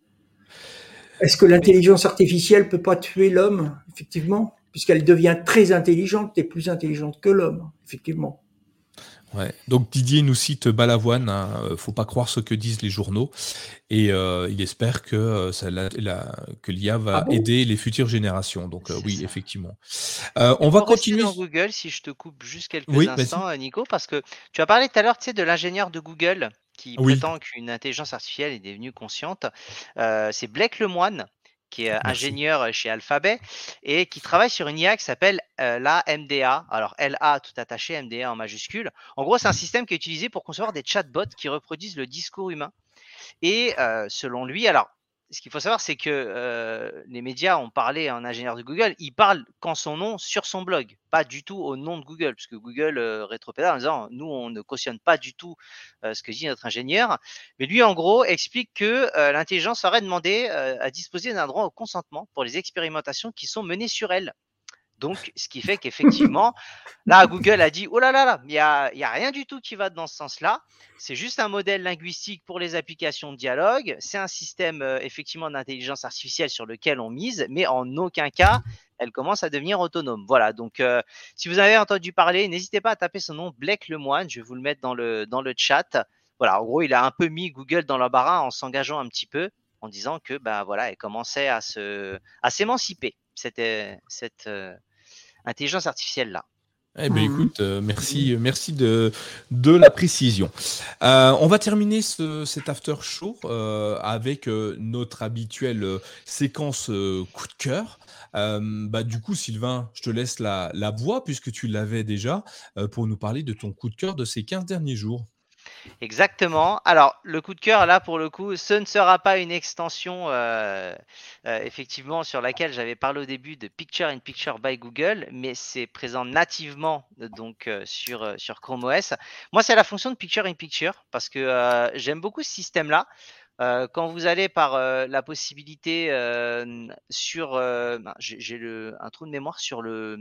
Speaker 2: est-ce que l'intelligence artificielle peut pas tuer l'homme, effectivement, puisqu'elle devient très intelligente et plus intelligente que l'homme, effectivement.
Speaker 1: Ouais. Donc Didier nous cite Balavoine, hein, euh, faut pas croire ce que disent les journaux, et euh, il espère que euh, ça, la, la, que l'I A va
Speaker 2: Ah bon
Speaker 1: aider les futures générations. Donc euh,
Speaker 3: C'est
Speaker 1: oui,
Speaker 3: ça.
Speaker 1: effectivement. Euh,
Speaker 3: Et
Speaker 1: on va
Speaker 3: pour rester
Speaker 1: continuer.
Speaker 3: dans Google, si je te coupe juste quelques
Speaker 1: Oui, vas-y.
Speaker 3: instants, euh, Nico, parce que tu as parlé tout à l'heure, tu sais, de l'ingénieur de Google qui
Speaker 1: Oui,
Speaker 3: prétend qu'une intelligence artificielle est devenue consciente. Euh, c'est Blake Lemoine, qui est euh,
Speaker 1: merci.
Speaker 3: ingénieur chez Alphabet et qui travaille sur une I A qui s'appelle euh, la M D A. Alors L A tout attaché, M D A en majuscule. En gros, c'est un système qui est utilisé pour concevoir des chatbots qui reproduisent le discours humain. Et euh, selon lui, alors, ce qu'il faut savoir, c'est que euh, les médias ont parlé en ingénieur de Google, il parle qu'en son nom sur son blog, pas du tout au nom de Google, puisque Google euh, rétropédale en disant nous, on ne cautionne pas du tout euh, ce que dit notre ingénieur. Mais lui, en gros, explique que euh, l'intelligence aurait demandé euh, à disposer d'un droit au consentement pour les expérimentations qui sont menées sur elle. Donc, ce qui fait qu'effectivement, là, Google a dit oh là là là, il n'y a, y a rien du tout qui va dans ce sens-là. C'est juste un modèle linguistique pour les applications de dialogue. C'est un système euh, effectivement d'intelligence artificielle sur lequel on mise, mais en aucun cas, elle commence à devenir autonome. Voilà. Donc, euh, si vous avez entendu parler, n'hésitez pas à taper son nom, Blake Lemoine. Je vais vous le mettre dans le, dans le chat. Voilà. En gros, il a un peu mis Google dans l'embarras en s'engageant un petit peu, en disant que, ben voilà, elle commençait à se, à s'émanciper. Cette, cette euh, intelligence artificielle là.
Speaker 1: Eh ben écoute, euh, merci, merci de de la précision. Euh, on va terminer ce, cet after show euh, avec euh, notre habituelle euh, séquence euh, coup de cœur. Euh, bah du coup, Sylvain, je te laisse la la voix puisque tu l'avais déjà euh, pour nous parler de ton coup de cœur de ces quinze derniers jours.
Speaker 3: Exactement. Alors, le coup de cœur, là, pour le coup, ce ne sera pas une extension, euh, euh, effectivement, sur laquelle j'avais parlé au début de Picture in Picture by Google, mais c'est présent nativement euh, donc euh, sur, euh, sur Chrome O S. Moi, c'est la fonction de Picture in Picture parce que euh, j'aime beaucoup ce système-là. Euh, quand vous allez par euh, la possibilité euh, sur, euh, ben, j'ai j'ai le, un trou de mémoire sur le,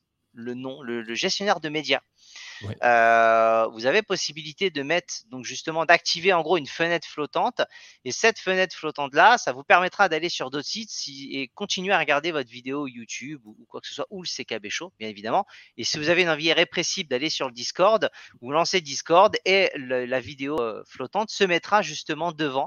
Speaker 3: le nom, le, le gestionnaire de médias.
Speaker 1: Ouais.
Speaker 3: Euh, vous avez possibilité de mettre, donc justement, d'activer en gros une fenêtre flottante. Et cette fenêtre flottante là, ça vous permettra d'aller sur d'autres sites si, et continuer à regarder votre vidéo YouTube ou, ou quoi que ce soit, ou le C K B Show, bien évidemment. Et si vous avez une envie irrépressible d'aller sur le Discord, vous lancez Discord et le, la vidéo euh, flottante se mettra justement devant.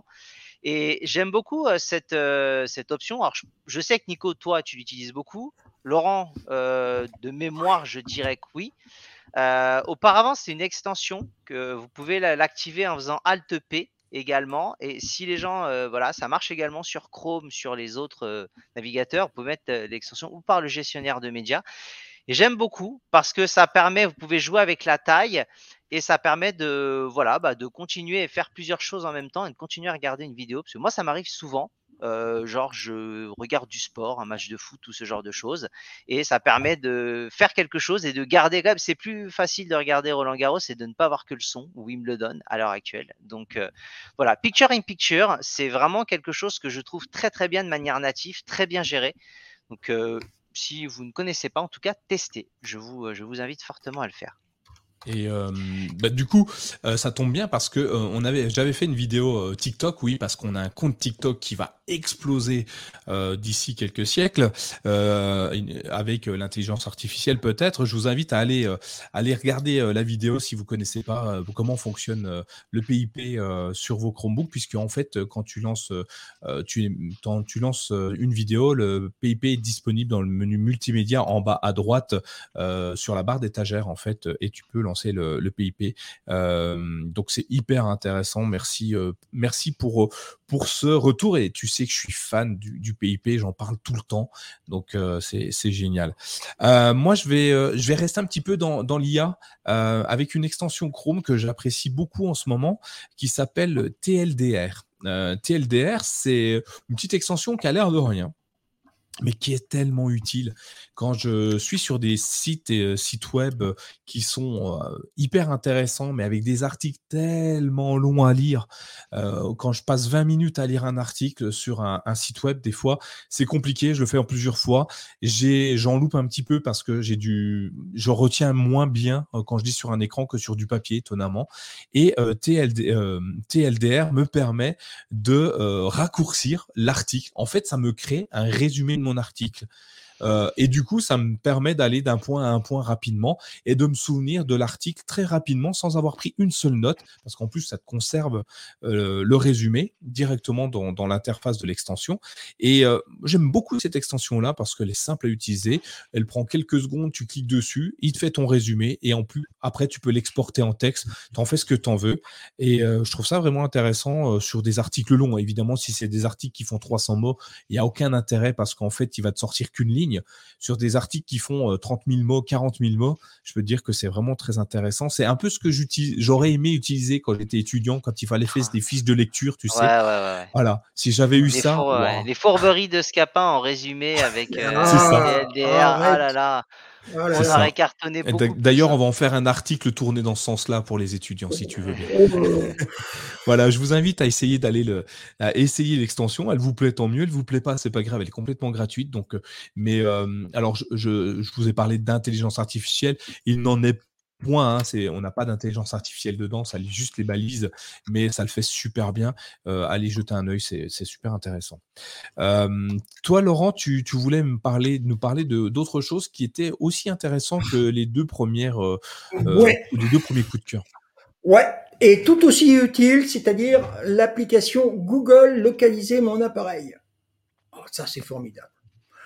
Speaker 3: Et j'aime beaucoup euh, cette, euh, cette option. Alors, je, je sais que Nico, toi, tu l'utilises beaucoup. Laurent, euh, de mémoire, je dirais que oui. Euh, auparavant, c'est une extension que vous pouvez l'activer en faisant Alt P également. Et si les gens, euh, voilà, ça marche également sur Chrome, sur les autres euh, navigateurs, vous pouvez mettre euh, l'extension ou par le gestionnaire de médias. Et j'aime beaucoup parce que ça permet, vous pouvez jouer avec la taille et ça permet de, voilà, bah, de continuer et faire plusieurs choses en même temps et de continuer à regarder une vidéo. Parce que moi, ça m'arrive souvent. Euh, genre, je regarde du sport, un match de foot, tout ce genre de choses, et ça permet de faire quelque chose et de garder. Quand même, c'est plus facile de regarder Roland Garros et de ne pas avoir que le son ou Wimbledon à l'heure actuelle. Donc euh, voilà, Picture in Picture, c'est vraiment quelque chose que je trouve très très bien de manière native, très bien géré. Donc euh, si vous ne connaissez pas, en tout cas, testez. Je vous, je vous invite fortement à le faire.
Speaker 1: Et euh, bah, du coup, euh, ça tombe bien parce que euh, on avait, j'avais fait une vidéo euh, TikTok, oui, parce qu'on a un compte TikTok qui va exploser euh, d'ici quelques siècles euh, avec euh, l'intelligence artificielle peut-être. Je vous invite à aller euh, aller regarder euh, la vidéo si vous connaissez pas euh, comment fonctionne euh, le P I P euh, sur vos Chromebooks, puisque en fait, quand tu lances euh, tu, quand tu lances une vidéo, le P I P est disponible dans le menu multimédia en bas à droite euh, sur la barre d'étagère en fait, et tu peux lancer le, le P I P. Euh, donc c'est hyper intéressant. Merci, euh, merci pour pour ce retour. Et tu sais que je suis fan du, du P I P, j'en parle tout le temps. Donc euh, c'est c'est génial. Euh, moi je vais euh, je vais rester un petit peu dans dans l'I A euh, avec une extension Chrome que j'apprécie beaucoup en ce moment, qui s'appelle T L D R. Euh, T L D R, c'est une petite extension qui a l'air de rien, mais qui est tellement utile. Quand je suis sur des sites et euh, sites web qui sont euh, hyper intéressants, mais avec des articles tellement longs à lire, euh, quand je passe vingt minutes à lire un article sur un, un site web, des fois, c'est compliqué, je le fais en plusieurs fois. J'ai, j'en loupe un petit peu parce que j'ai du, je retiens moins bien euh, quand je lis sur un écran que sur du papier, étonnamment. Et euh, T L D, euh, T L D R me permet de euh, raccourcir l'article. En fait, ça me crée un résumé de mon article. Euh, et du coup, ça me permet d'aller d'un point à un point rapidement et de me souvenir de l'article très rapidement sans avoir pris une seule note, parce qu'en plus, ça te conserve euh, le résumé directement dans, dans l'interface de l'extension. Et euh, j'aime beaucoup cette extension-là parce qu'elle est simple à utiliser. Elle prend quelques secondes, tu cliques dessus, il te fait ton résumé et en plus, après, tu peux l'exporter en texte. Tu en fais ce que tu en veux. Et euh, je trouve ça vraiment intéressant euh, sur des articles longs. Évidemment, si c'est des articles qui font trois cents mots, il n'y a aucun intérêt parce qu'en fait, il va te sortir qu'une ligne. Sur des articles qui font euh, trente mille mots, quarante mille mots, je peux te dire que c'est vraiment très intéressant. C'est un peu ce que j'aurais aimé utiliser quand j'étais étudiant, quand il fallait faire des fiches de lecture, tu
Speaker 3: Ouais,
Speaker 1: sais.
Speaker 3: ouais, ouais, ouais.
Speaker 1: Voilà, si j'avais eu
Speaker 3: Les,
Speaker 1: ça,
Speaker 3: four, ouais,
Speaker 1: wow.
Speaker 3: les fourberies de Scapin en résumé avec euh,
Speaker 2: Ah,
Speaker 3: T L D R, ah là là,
Speaker 2: oh là
Speaker 3: on
Speaker 1: C'est
Speaker 2: là.
Speaker 3: aurait
Speaker 1: ça.
Speaker 3: cartonné
Speaker 1: Et
Speaker 3: beaucoup
Speaker 1: D'ailleurs,
Speaker 3: plus.
Speaker 1: on va en faire un article tourné dans ce sens-là pour les étudiants, si tu veux bien.
Speaker 2: Oh.
Speaker 1: Voilà, je vous invite à essayer d'aller le, à essayer l'extension. Elle vous plaît, tant mieux. Elle vous plaît pas, c'est pas grave. Elle est complètement gratuite. Donc, euh, mais euh, alors, je, je, je vous ai parlé d'intelligence artificielle. Il n'en est point. Hein, c'est, on n'a pas d'intelligence artificielle dedans. Ça lit juste les balises, mais ça le fait super bien. Euh, allez jeter un œil, c'est, c'est super intéressant. Euh, toi, Laurent, tu, tu voulais me parler, nous parler de d'autres choses qui étaient aussi intéressantes que les deux premières, euh, euh,
Speaker 2: Ouais,
Speaker 1: les deux premiers coups de cœur.
Speaker 2: ouais. Et tout aussi utile, c'est-à-dire l'application Google localiser mon appareil. Oh, ça, c'est formidable.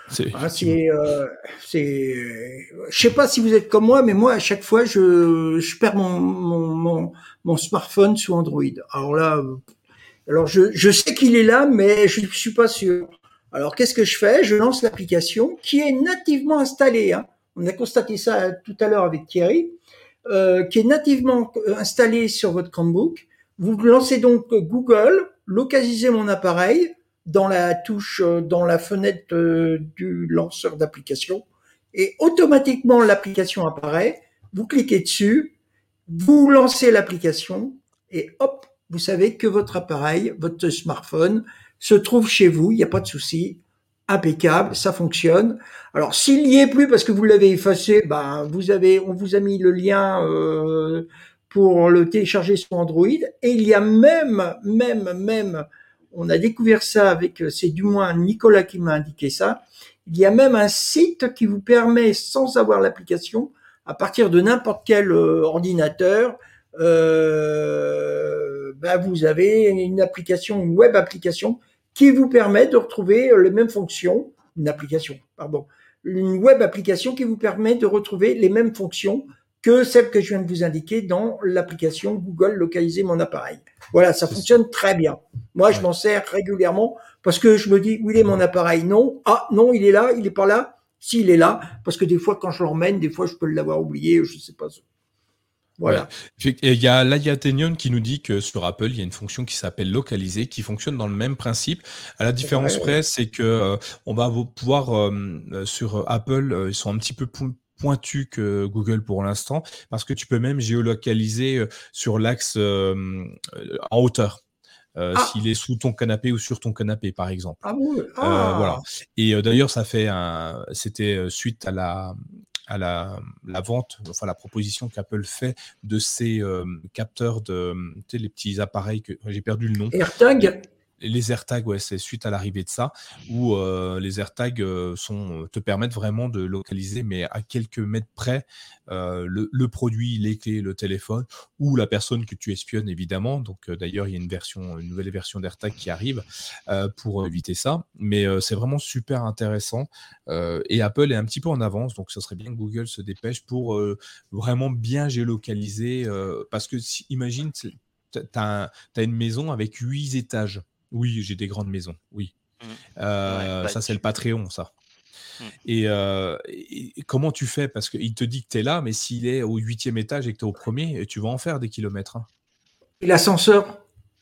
Speaker 1: C'est,
Speaker 2: Hein, c'est, euh, c'est, je sais pas si vous êtes comme moi, mais moi à chaque fois je, je perds mon, mon, mon, mon smartphone sous Android. Alors là, euh, alors je, je sais qu'il est là, mais je suis pas sûr. Alors qu'est-ce que je fais? Je lance l'application qui est nativement installée. Hein. On a constaté ça tout à l'heure avec Thierry, euh, qui est nativement installée sur votre Chromebook. Vous lancez donc Google, localisez mon appareil dans la touche, dans la fenêtre du lanceur d'application, et automatiquement l'application apparaît. Vous cliquez dessus, vous lancez l'application, et hop, vous savez que votre appareil, votre smartphone, se trouve chez vous. Il n'y a pas de souci, impeccable, ça fonctionne. Alors s'il n'y est plus parce que vous l'avez effacé, ben vous avez, on vous a mis le lien euh, pour le télécharger sur Android. Et il y a même, même, même, on a découvert ça avec, c'est du moins Nicolas qui m'a indiqué ça. Il y a même un site qui vous permet, sans avoir l'application, à partir de n'importe quel euh, ordinateur, euh, ben vous avez une application, une web application qui vous permet de retrouver les mêmes fonctions, une application, pardon, une web application qui vous permet de retrouver les mêmes fonctions que celles que je viens de vous indiquer dans l'application Google Localiser mon appareil. Voilà, ça fonctionne très bien. Moi, ouais. je m'en sers régulièrement parce que je me dis, où il est mon appareil? Non. Ah, non, il est là, il est pas là. Si, il est là. Parce que des fois, quand je l'emmène, des fois, je peux l'avoir oublié, je sais pas. Voilà.
Speaker 1: Ouais. Et il y a Layatenion qui nous dit que sur Apple, il y a une fonction qui s'appelle localiser, qui fonctionne dans le même principe. À la différence ouais, près, ouais. c'est que euh, on va pouvoir euh, sur Apple, euh, ils sont un petit peu plus pointu que Google pour l'instant, parce que tu peux même géolocaliser sur l'axe euh, en hauteur. Euh, ah. S'il est sous ton canapé ou sur ton canapé, par exemple.
Speaker 2: Ah oui. Ah.
Speaker 1: Euh, voilà. Et euh, d'ailleurs, ça fait un, c'était suite à la, à la, la vente, enfin la proposition qu'Apple fait de ces euh, capteurs de, tu sais, les petits appareils que j'ai perdu le nom.
Speaker 2: AirTag.
Speaker 1: Les AirTags, ouais, c'est suite à l'arrivée de ça, où euh, les AirTags euh, sont, te permettent vraiment de localiser, mais à quelques mètres près, euh, le, le produit, les clés, le téléphone, ou la personne que tu espionnes, évidemment. Donc, euh, d'ailleurs, il y a une version, une nouvelle version d'AirTag qui arrive euh, pour éviter ça. Mais euh, c'est vraiment super intéressant. Euh, et Apple est un petit peu en avance, donc ce serait bien que Google se dépêche pour euh, vraiment bien géolocaliser. Euh, parce que, si, imagine, tu as une maison avec huit étages. Oui, j'ai des grandes maisons, oui. Mmh. Euh, ouais, bah, ça, c'est tu... le Patreon, ça. Mmh. Et, euh, et, et comment tu fais? Parce qu'il te dit que tu es là, mais s'il est au huitième étage et que tu es au premier, tu vas en faire des kilomètres. Hein.
Speaker 2: Et l'ascenseur?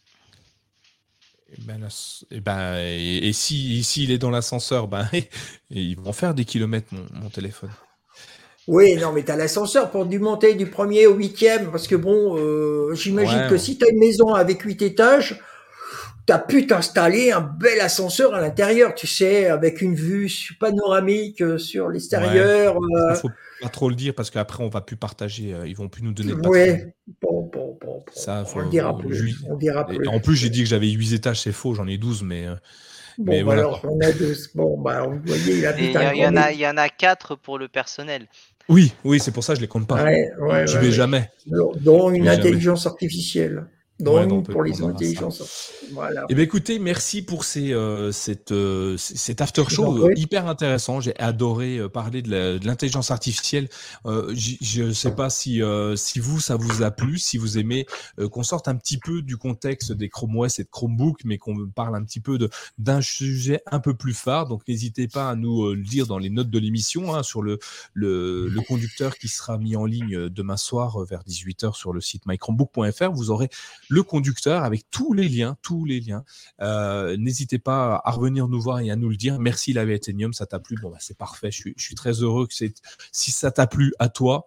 Speaker 1: Et, ben, et, ben, et, et s'il si, si est dans l'ascenseur, ben, ils vont en faire des kilomètres, mon, mon téléphone.
Speaker 2: Oui, non, mais tu as l'ascenseur pour du monter du premier au huitième, parce que bon, euh, j'imagine ouais, que ouais. si tu as une maison avec huit étages, tu as pu t'installer un bel ascenseur à l'intérieur, tu sais, avec une vue panoramique sur l'extérieur.
Speaker 1: Ouais. Il euh... faut pas trop le dire parce qu'après on va plus partager, euh, ils vont plus nous donner de
Speaker 2: patron. Bon, bon, bon, bon.
Speaker 1: Ça, faut,
Speaker 2: on le dira plus. Ju- on dira plus.
Speaker 1: En plus, j'ai dit que j'avais huit étages, c'est faux, j'en ai douze, mais. Euh,
Speaker 2: bon,
Speaker 1: mais
Speaker 2: bah
Speaker 1: voilà,
Speaker 2: alors, on a douze. Bon, bah, vous voyez, il a
Speaker 3: il y, y, en a, il y en a quatre pour le personnel.
Speaker 1: Oui, oui, c'est pour ça que je les compte pas.
Speaker 2: Ouais, ouais,
Speaker 1: J'y
Speaker 2: ouais,
Speaker 1: vais
Speaker 2: ouais.
Speaker 1: jamais.
Speaker 2: Dont une intelligence jamais. artificielle. Donc, ouais, donc pour les intelligences.
Speaker 1: Voilà. Eh bien, écoutez, merci pour ces, euh, cette, euh, cet after show euh, hyper intéressant. J'ai adoré euh, parler de, la, de l'intelligence artificielle. Euh, je ne sais pas si, euh, si vous, ça vous a plu, si vous aimez euh, qu'on sorte un petit peu du contexte des Chrome O S et de Chromebook, mais qu'on parle un petit peu de, d'un sujet un peu plus phare. Donc, n'hésitez pas à nous euh, le dire dans les notes de l'émission, hein, sur le, le, le conducteur qui sera mis en ligne demain soir vers dix-huit heures sur le site my chromebook point f r. Vous aurez le conducteur avec tous les liens, tous les liens. Euh, n'hésitez pas à revenir nous voir et à nous le dire. Merci Layatenion, ça t'a plu? Bon, bah, c'est parfait. Je suis, je suis très heureux que c'est. Si ça t'a plu à toi,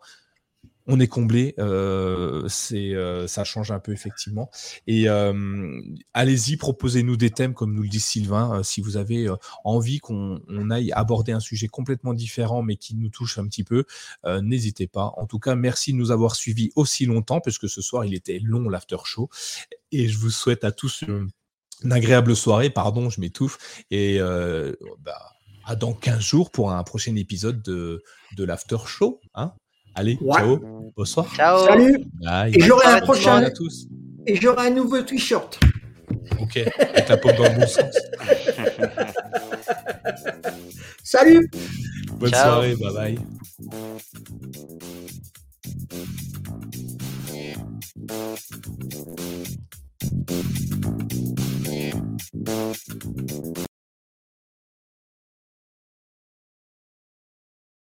Speaker 1: on est comblé. Euh, c'est, euh, ça change un peu effectivement. Et euh, allez-y, proposez-nous des thèmes comme nous le dit Sylvain. Euh, si vous avez euh, envie qu'on on aille aborder un sujet complètement différent, mais qui nous touche un petit peu, euh, n'hésitez pas. En tout cas, merci de nous avoir suivis aussi longtemps, puisque ce soir il était long l'after show. Et je vous souhaite à tous une, une agréable soirée. Pardon, je m'étouffe. Et euh, bah, à dans quinze jours pour un prochain épisode de, de l'after show. Hein. Allez, ouais. Ciao, bonsoir.
Speaker 3: Ciao.
Speaker 2: Salut.
Speaker 1: Bye.
Speaker 2: Et j'aurai un prochain.
Speaker 1: À tous.
Speaker 2: Et j'aurai un nouveau t-shirt.
Speaker 1: Ok, avec la paume dans le bon sens.
Speaker 2: Salut.
Speaker 1: Bonne
Speaker 3: Ciao.
Speaker 1: soirée, bye bye.